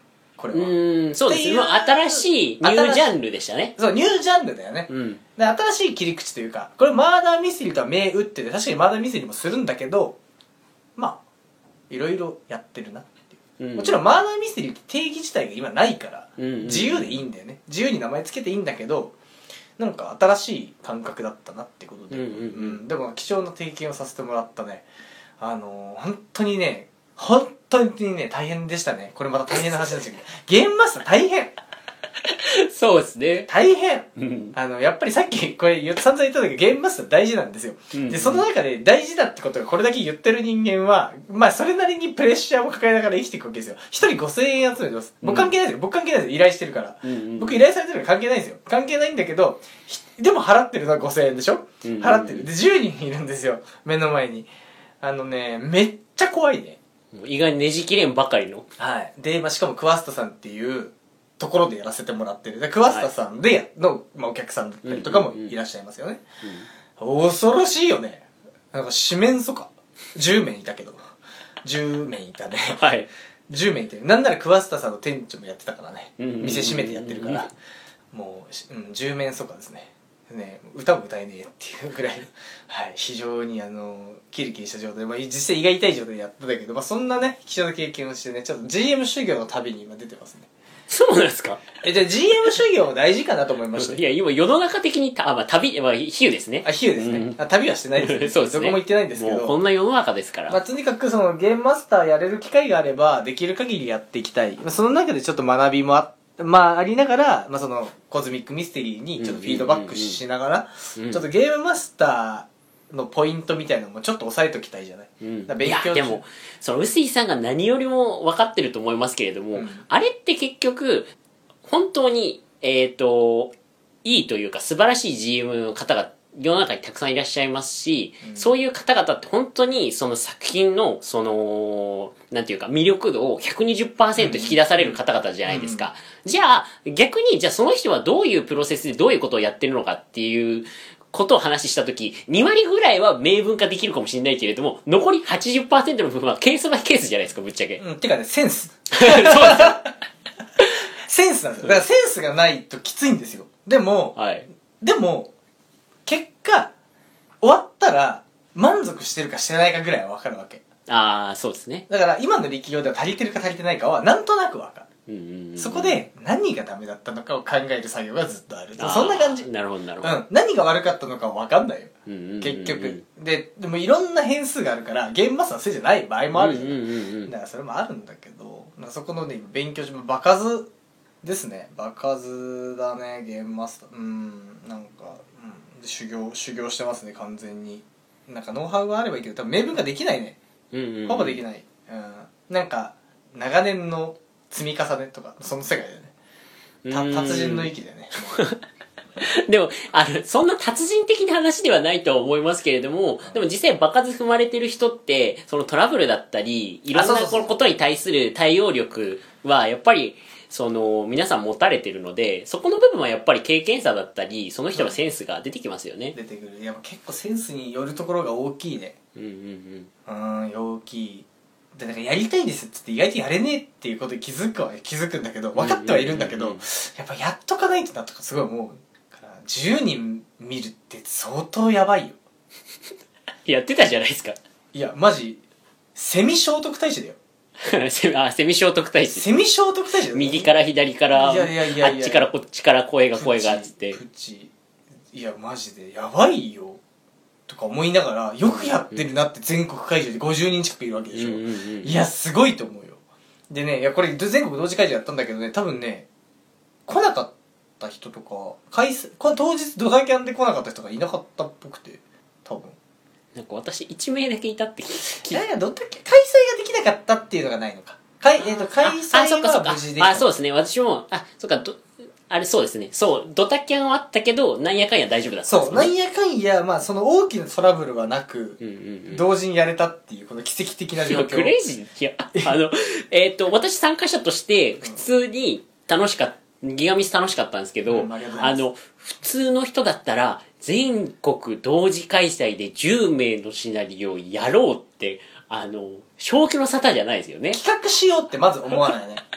これうは。 ーん、そうですね。 っていうまあ新しいニュージャンルでしたね。 そう、ニュージャンルだよね。 うん。 で、新しい切り口というか、これマーダーミステリーとは銘打ってて、確かにマーダーミステリーもするんだけど、まあ、いろいろやってるなっていう。 うん、 もちろんマーダーミステリーって定義自体が今ないから、 うんうんうん、 自由でいいんだよね。自由に名前つけていいんだけど、なんか新しい感覚だったなってことで、 うんうんうんうんでも貴重な経験をさせてもらったね。あのー、本当にね、本当にね、大変でしたね。これまた大変な話なんですけど、ゲームマスター大変そうですね。 大変うん。 あの、やっぱりさっきこれ散々言ったんだけど、ゲームマスター大事なんですよ。 うんうん、 で、その中で大事だってことがこれだけ言ってる人間は、まあそれなりにプレッシャーを抱えながら生きていくわけですよ。一人ごせんえん集めてます。僕関係ないですよ。僕関係ないですよ。依頼してるから。 うんうん、 僕依頼されてるから関係ないんですよ。関係ないんだけど、でも払ってるのはごせんえんでしょ、うんうんうん、払ってる。で、じゅうにんいるんですよ。目の前に。あのね、めっちゃ怖いね。 意外にねじ切れんばかりの。 はい。で、まあ、しかもクワスタさんっていうところでやらせてもらってる。でクワスタさんでの、まあ、お客さんだったりとかもいらっしゃいますよね。うんうんうん、恐ろしいよね。なんか四面楚歌。じゅうめんいたけど。じゅうめんいたね。 はい。 じゅうめんいて。なんならクワスタさんの店長もやってたからね。店閉めてやってるから。もう、うん、じゅうめん楚歌ですね。ね、歌も歌えねえっていうぐらい、はい、非常にあのキリキリした状態で、まあ、実際胃が痛い状態でやってたけど、まあ、そんなね貴重な経験をしてね、ちょっと ジーエム 修行の旅に今出てますね。 そうなんですか？ え、じゃあ ジーエム 修行も大事かなと思いました。 いや、今世の中的にた、あ、まあ、旅、まあ、比喩ですね。 あ、比喩ですね。うん、あ、旅はしてないですね。 そうですね。 どこも行ってないんですけど。 もうこんな世の中ですから。 まあ、とにかくそのゲームマスターやれる機会があれば、できる限りやっていきたい。その中でちょっと学びもあって、まあありながら、まあそのコズミックミステリーにちょっとフィードバックしながら、ちょっとゲームマスターのポイントみたいなのもちょっと押さえときたいじゃない。 うん、 だ勉強いやでもその臼井さんが何よりも分かってると思いますけれども、うん、あれって結局本当にえっといいというか素晴らしい ジーエム の方が世の中にたくさんいらっしゃいますし、うん、そういう方々って本当にその作品のそのなんていうか魅力度を ひゃくにじゅっパーセント 引き出される方々じゃないですか、うん、じゃあ逆にじゃあその人はどういうプロセスでどういうことをやってるのかっていうことを話したとき、に割ぐらいは明文化できるかもしれないけれども、残り はちじゅっパーセント の部分はケースバイケースじゃないですか、ぶっちゃけ。 うん、てかね、センス。 そうですよ。 センスなんですよ。だからセンスがないときついんですよ。でも、 はい、 でも、結果、終わったら満足してるかしてないかぐらいは分かるわけ。 ああ、そうですね。 だから今の力量では足りてるか足りてないかはなんとなく分かる。 うんうんうん、 そこで何がダメだったのかを考える作業がずっとある。そんな感じ。 なるほどなるほど。 うん。何が悪かったのかは分かんないよ。 うんうんうんうん、 結局。で、でもいろんな変数があるから、ゲームマスターのせいじゃない場合もあるじゃん。うんうんうんうん、だからそれもあるんだけど、なんかそこのね、勉強中も場数ですね。場数だね、ゲームマスター。うん、なんか、うん、修行、修行してますね、完全に。なんかノウハウがあればいいけど、多分明文化できないね。 うんうんうん、 ほぼできない。うん。なんか、長年の積み重ねとか、その世界だよね。た達人の域だよね。 でも、あの、そんな達人的な話ではないとは思いますけれども、うん、でも実際場数踏まれてる人って、そのトラブルだったり、いろんなことに対する対応力は、やっぱり、その、皆さん持たれてるので、そこの部分はやっぱり経験差だったり、その人のセンスが出てきますよね。 うん、出てくる。いや、結構センスによるところが大きいね。 うんうんうん。うん、大きい。だからやりたいんですって言って意外とやれねえっていうことに気づくは気づくんだけど、分かってはいるんだけど、やっぱやっとかないとなとかすごい思うから、じゅうにん見るって相当やばいよ。 やってたじゃないですか。 いや、マジ、セミ聖徳太子だよ。 あ、セミ聖徳太子。 セミ聖徳太子だよ。 右から左から、 いやいやいやいやあっちからこっちから声が声がっつって。 プチ、いや、マジでやばいよ。とか思いながら、よくやってるなって全国会場でごじゅうにん近くいるわけでしょ。うんうんうん、いや、すごいと思うよ。でね、いや、これ全国同時会場やったんだけどね、多分ね、来なかった人とか、開催、この当日ドタキャンで来なかった人がいなかったっぽくて、多分。 なんか私いち名だけいたって聞いやいや、ドタキャン、開催ができなかったっていうのがないのか。かい、えっ、ー、と、開催は無事できた。 あ、そうですね。私も、あ、そっか、ど、あれそうですね。そう、ドタキャンはあったけど、なんやかんや大丈夫だったんですよね。 そう、なんやかんや、まあ、その大きなトラブルはなく、 うんうんうん、 同時にやれたっていう、この奇跡的な状況。 クレイジー。いや、あの、えっと、私参加者として、普通に楽しかった、ギガミス楽しかったんですけど、うん、あ, あの、普通の人だったら、全国同時開催でじゅう名のシナリオをやろうって、あの、正気の沙汰じゃないですよね。 企画しようってまず思わないね。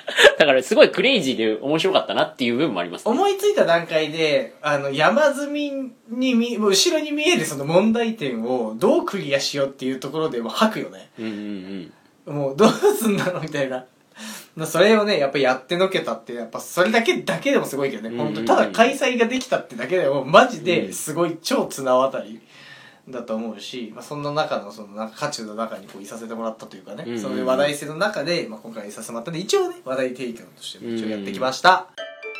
だからすごいクレイジーで面白かったなっていう部分もあります、ね、 思いついた段階で、あの、山積みにみ、後ろに見えるその問題点をどうクリアしようっていうところでもう吐くよね。 うんうんうん。もうどうすんだろうみたいな。それをね、やっぱりやってのけたって、やっぱそれだけだけでもすごいけどね。本当ただ開催ができたってだけでも、マジですごい超綱渡りだと思うし、まあ、そんな中の、その、なんか、渦中の中にこういさせてもらったというかね、うんうんうん、そういう話題性の中で、まあ、今回いさせてもらったんで、一応ね、話題提供としても一応やってきました。うんうん、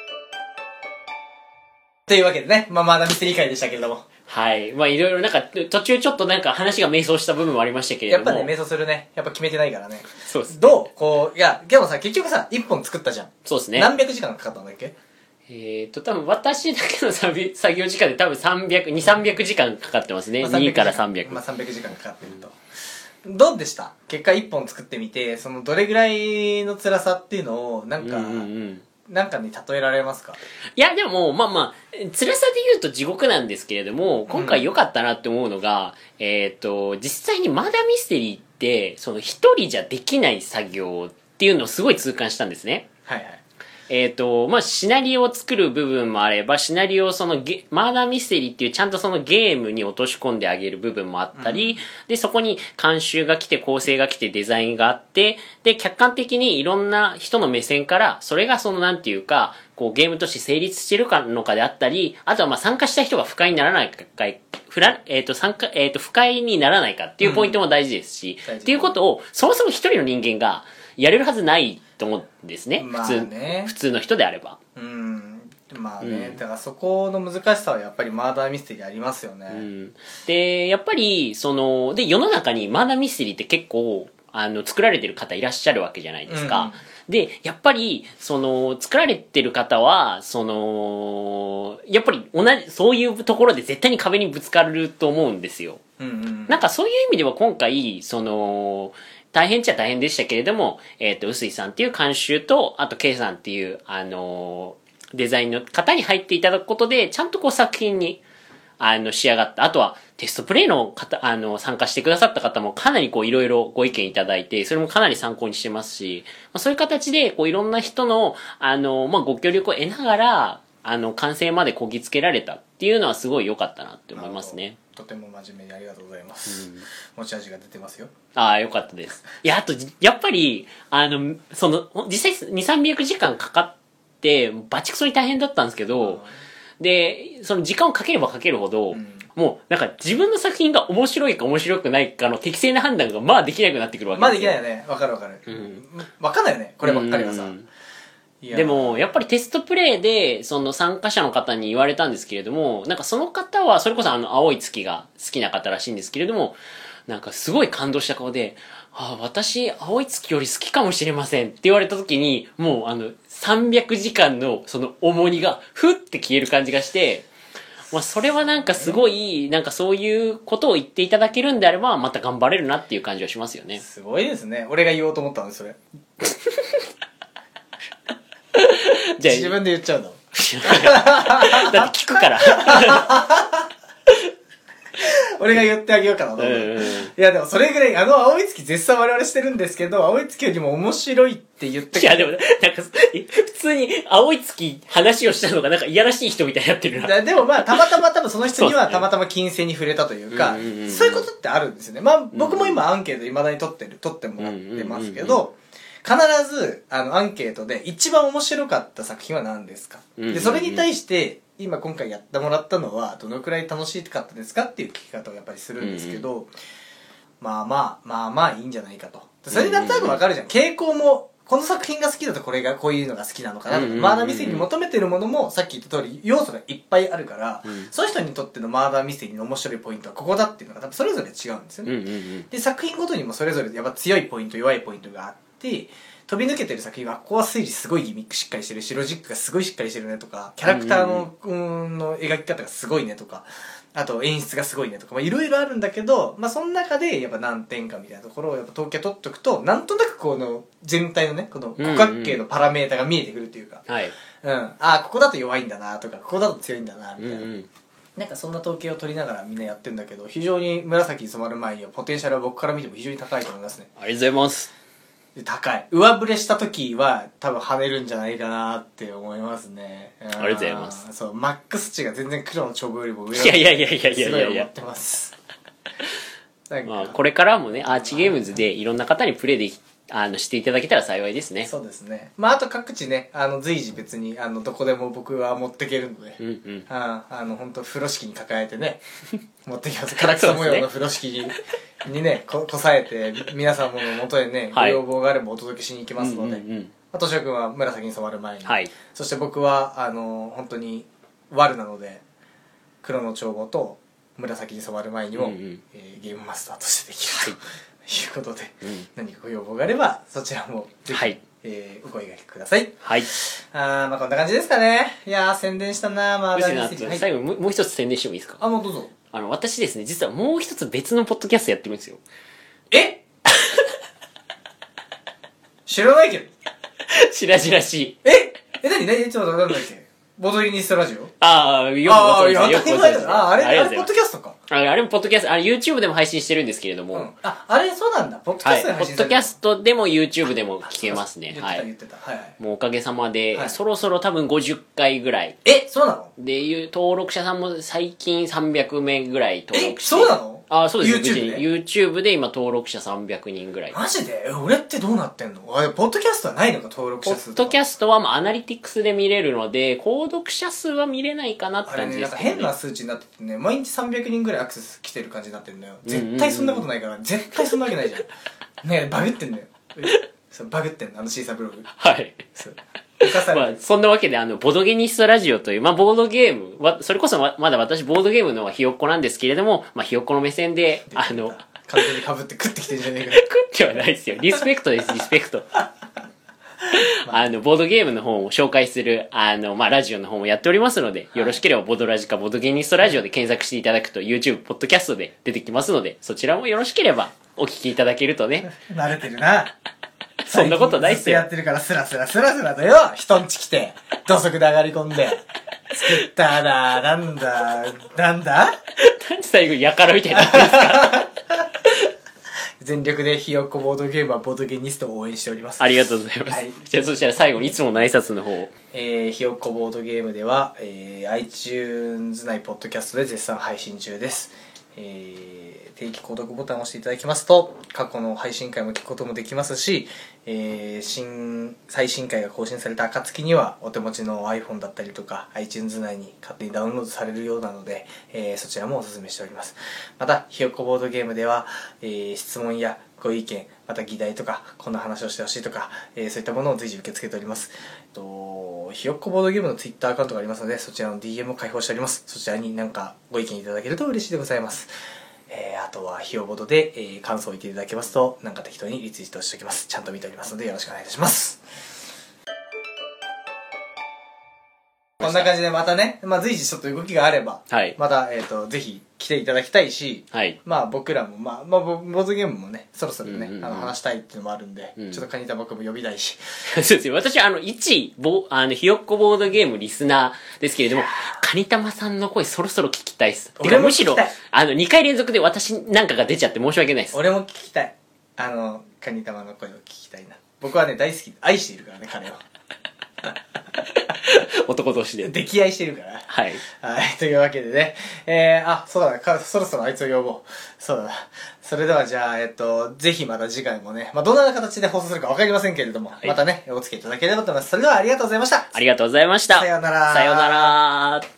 というわけでね、まあ、まだミステリー会でしたけれども。 はい。まあ、いろいろなんか、途中ちょっとなんか話が迷走した部分もありましたけれども。 やっぱね、迷走するね。やっぱ決めてないからね。 そうです、ね。 どうこう、いや、でもさ、結局さ、一本作ったじゃん。 そうですね。 何百時間かかったんだっけ？ えっと、多分私だけの作業時間で多分さんびゃく、にせんさんびゃくじかんかかってますね。まあ、にからさんびゃく。 まあさんびゃくじかんかかってると。うん、どうでした？結果一本作ってみて、そのどれぐらいの辛さっていうのを、なんか、うんうんうんなんかに例えられますか？ いや、でも、まあまあ、辛さで言うと地獄なんですけれども、今回良かったなって思うのが、うん、えっと、実際にマーダーミステリーって、その一人じゃできない作業っていうのをすごい痛感したんですね。 はいはい。 えっと、まあ、シナリオを作る部分もあれば、シナリオをそのゲ、マーダーミステリーっていうちゃんとそのゲームに落とし込んであげる部分もあったり、うん、で、そこに監修が来て、構成が来て、デザインがあって、で、客観的にいろんな人の目線から、それがそのなんていうか、こうゲームとして成立してるかのかであったり、あとはまあ参加した人が不快にならないか、ふら、えっ、ー、と、参加、えっ、ー、と、不快にならないかっていうポイントも大事ですし、うん、っていうことを、そもそも一人の人間がやれるはずないと思うんですね。 まあね。 普通、普通の人であれば。 うん。まあね、うん、だからそこの難しさはやっぱりマーダーミステリーありますよね。 うん、で、やっぱり、その、で、世の中にマーダーミステリーって結構、あの、作られてる方いらっしゃるわけじゃないですか。うん、で、やっぱり、その、作られてる方は、その、やっぱり同じ、そういうところで絶対に壁にぶつかると思うんですよ。うんうん、なんかそういう意味では今回、その、大変っちゃ大変でしたけれども、えっと、臼井さんっていう監修と、あと、K さんっていう、あの、デザインの方に入っていただくことで、ちゃんとこう作品に、あの、仕上がった。あとは、テストプレイの方、あの、参加してくださった方もかなりこう、いろいろご意見いただいて、それもかなり参考にしてますし、まあ、そういう形で、こう、いろんな人の、あの、まあ、ご協力を得ながら、あの、完成までこぎつけられたっていうのはすごい良かったなって思いますね。 とても真面目にありがとうございます。うん、持ち味が出てますよ。 ああ、よかったです。いや、あと、やっぱり、あの、その、実際に、さんびゃくじかんかかって、バチクソに大変だったんですけど、うん、で、その時間をかければかけるほど、うん、もう、なんか自分の作品が面白いか面白くないかの適正な判断がまあできなくなってくるわけですよ。 まあできないよね。わかるわかる。うん。わかんないよね。こればっかりはさ。うんでも、やっぱりテストプレイで、その参加者の方に言われたんですけれども、なんかその方は、それこそあの、青い月が好きな方らしいんですけれども、なんかすごい感動した顔で、ああ、私、青い月より好きかもしれませんって言われた時に、もうあの、さんびゃくじかんのその重荷が、ふって消える感じがして、まあ、それはなんかすごい、なんかそういうことを言っていただけるんであれば、また頑張れるなっていう感じはしますよね。 すごいですね。俺が言おうと思ったんですそれ。じゃあ自分で言っちゃうの。だって聞くから。 俺が言ってあげようかなと思う。うんうん、いやでもそれぐらい、あの青い月絶賛我々してるんですけど、青い月よりも面白いって言っていやでも、なんか、普通に青い月話をしたのがなんかいやらしい人みたいになってるな。 でもまあ、たまたま多分その人にはたまたま金星に触れたというか、そういうことってあるんですよね。まあ僕も今アンケート未だに取ってる、取ってもらってますけど、必ず、あの、アンケートで一番面白かった作品は何ですか、うんうんうん、で、それに対して、今今回やってもらったのは、どのくらい楽しかったですかっていう聞き方をやっぱりするんですけど、うんうん、まあまあ、まあまあいいんじゃないかと。それでなんとなくわかるじゃん。傾向も、この作品が好きだとこれが、こういうのが好きなのかなとか、うんうんうん、マーダーミステリーに求めてるものも、さっき言った通り、要素がいっぱいあるから、うん、そういう人にとってのマーダーミステリーの面白いポイントはここだっていうのが多分それぞれ違うんですよね。うんうんうん、で、作品ごとにもそれぞれやっぱ強いポイント、弱いポイントがあって、飛び抜けてる作品は、ここは推理すごいギミックしっかりしてるし、ロジックがすごいしっかりしてるねとか、キャラクターの、うん、うんの描き方がすごいねとか、あと演出がすごいねとか、まあいろいろあるんだけど、まあその中でやっぱ何点かみたいなところをやっぱ統計取っとくと、なんとなくこの全体のね、この五角形のパラメータが見えてくるっていうか、 うん、うん、はい。 うん。ああ、ここだと弱いんだなとか、ここだと強いんだな、みたいな。うんうん、なんかそんな統計を取りながらみんなやってんだけど、非常に紫に染まる前にはポテンシャルは僕から見ても非常に高いと思いますね。 ありがとうございます。 高い。上振れした時は多分跳ねるんじゃないかなって思いますね。 ありがとうございます。 そう、マックス値が全然黒の帳簿よりも上だいやいやいやいやいやいやいや。 すごい思ってます。 まあ、これからもね、アーチゲームズでいろんな方にプレイでき、あの、していただけたら幸いですね。 そうですね。まあ、あと各地ね、あの、随時別に、あの、どこでも僕は持っていけるので、 うんうん。 ああの、本当風呂敷に抱えてね、持ってきます。唐草模様の風呂敷ににね、こ、こさえて、皆さんの元へね、ご要望があればお届けしに行きますので、 うんうんうん、 あとしおくんは紫に染まる前に、 はい、 そして僕は、あの、本当に、悪なので、黒の帳簿と、紫に染まる前にも、うんうん、えー、ゲームマスターとしてできると、はい、いうことで、うん、何かご要望があればそちらもぜひ、はい、えー、お声掛けください。 はい。 あー、まあこんな感じですかね。いやー、宣伝したなー。まあ、 最後もう一つ宣伝してもいいですか？ あ、もうどうぞ。 あの、私ですね、実はもう一つ別のポッドキャストやってるんですよ。 え知らないけど。 しらじらしい。 ええ、なになにちょっとなんだっけボトリニストラジオ？ ああ、よくご存知で、よくご存知で。 ああ、あれ、あれ、ポッドキャストか。 あれ、あれもポッドキャスト、あれ YouTube でも配信してるんですけれども。うん、 あ、あれ、そうなんだ。ポッドキャストで配信はい、ポッドキャストでも YouTube でも聞けますね。 はい。言ってた、言ってた。はい。 もうおかげさまで、はい、そろそろ多分ごじゅっかいぐらい。 え、そうなの？ で、いう登録者さんも最近さんびゃくめいぐらい登録して。 え、そうなの？ あ、そうです。 YouTube で YouTube で今登録者さんびゃくにんぐらい。 マジで？俺ってどうなってんの？あれ、ポッドキャストはないのか、登録者数。 ポッドキャストはまあアナリティクスで見れるので、購読者数は見れないかなって感じですね。 あれね、なんか変な数値になっててね、毎日さんびゃくにんぐらいアクセス来てる感じになってるんだよ。絶対そんなことないから、絶対そんなわけないじゃん。ねえ、バグってんだよ。そうバグってんの、あのシーサーブログ。 はい。そう。まあ、そんなわけで、あの、ボードゲニストラジオという、まあ、ボードゲーム、わそれこそままだ私、ボードゲームのはひよっこなんですけれども、まあ、ひよっこの目線で、あの、 完全に被って食ってきてんじゃねえか。 食ってはないですよ。リスペクトです、リスペクト。あの、ボードゲームの方を紹介する、あの、まあ、ラジオの方もやっておりますので、よろしければボードラジかボードゲニストラジオで検索していただくと、YouTube、ポッドキャストで出てきますので、そちらもよろしければお聞きいただけるとね。 慣れてるな。 そんなことないっすよ。 やってるからスラスラスラスラとよ、人んち来て、土足で上がり込んで、作っただ、なんだ、なんだなんで最後やからみたいになってるんですか？ 全力でひよっこボードゲームはボードゲニストを応援しております。 ありがとうございます。はい、じゃあそしたら最後にいつもの挨拶の方を。 えー、ひよっこボードゲームでは、えー、iTunes 内ポッドキャストで絶賛配信中です。えー、定期購読ボタンを押していただきますと過去の配信回も聞くこともできますし、えー、新最新回が更新された暁にはお手持ちの iPhone だったりとか iTunes 内に勝手にダウンロードされるようなので、えー、そちらもお勧めしております。またひよっこボードゲームでは、えー、質問やご意見また議題とかこんな話をしてほしいとか、えー、そういったものを随時受け付けております。とひよっこボードゲームの Twitter アカウントがありますのでそちらの ディーエム を開放しております。そちらに何かご意見いただけると嬉しいでございます。えー、あとはひよボードで、えー、感想を言っていただけますとなんか適当にリツイートしておきます。ちゃんと見ておりますのでよろしくお願いいたします。こんな感じでまたね、まあ、随時ちょっと動きがあれば、はい、また、えーと、ぜひ来ていただきたいし、はい、まあ僕らも、まあ、まあ、ボードゲームもね、そろそろね、うんうんうん、あの話したいっていうのもあるんで、うん、ちょっとカニタマ君も呼びたいし。 そうですよ。私、あの、一、ぼ、あの、ひよっこボードゲームリスナーですけれども、カニタマさんの声そろそろ聞きたいっす。てか、むしろ、あの、にかい連続で私なんかが出ちゃって申し訳ないです。 俺も聞きたい。あの、カニタマの声を聞きたいな。僕はね、大好き、愛しているからね、彼は。 男同士で溺愛してるからはい、 はい、というわけでね、えー、あ、そうだな、そろそろあいつを呼ぼう。そうだな。それではじゃあ、えっと、ぜひまた次回もね、まあ、どんな形で放送するかわかりませんけれども、はい、またね、お付き合いいただければと思います。それではありがとうございました。 ありがとうございました。 さようなら。 さようなら。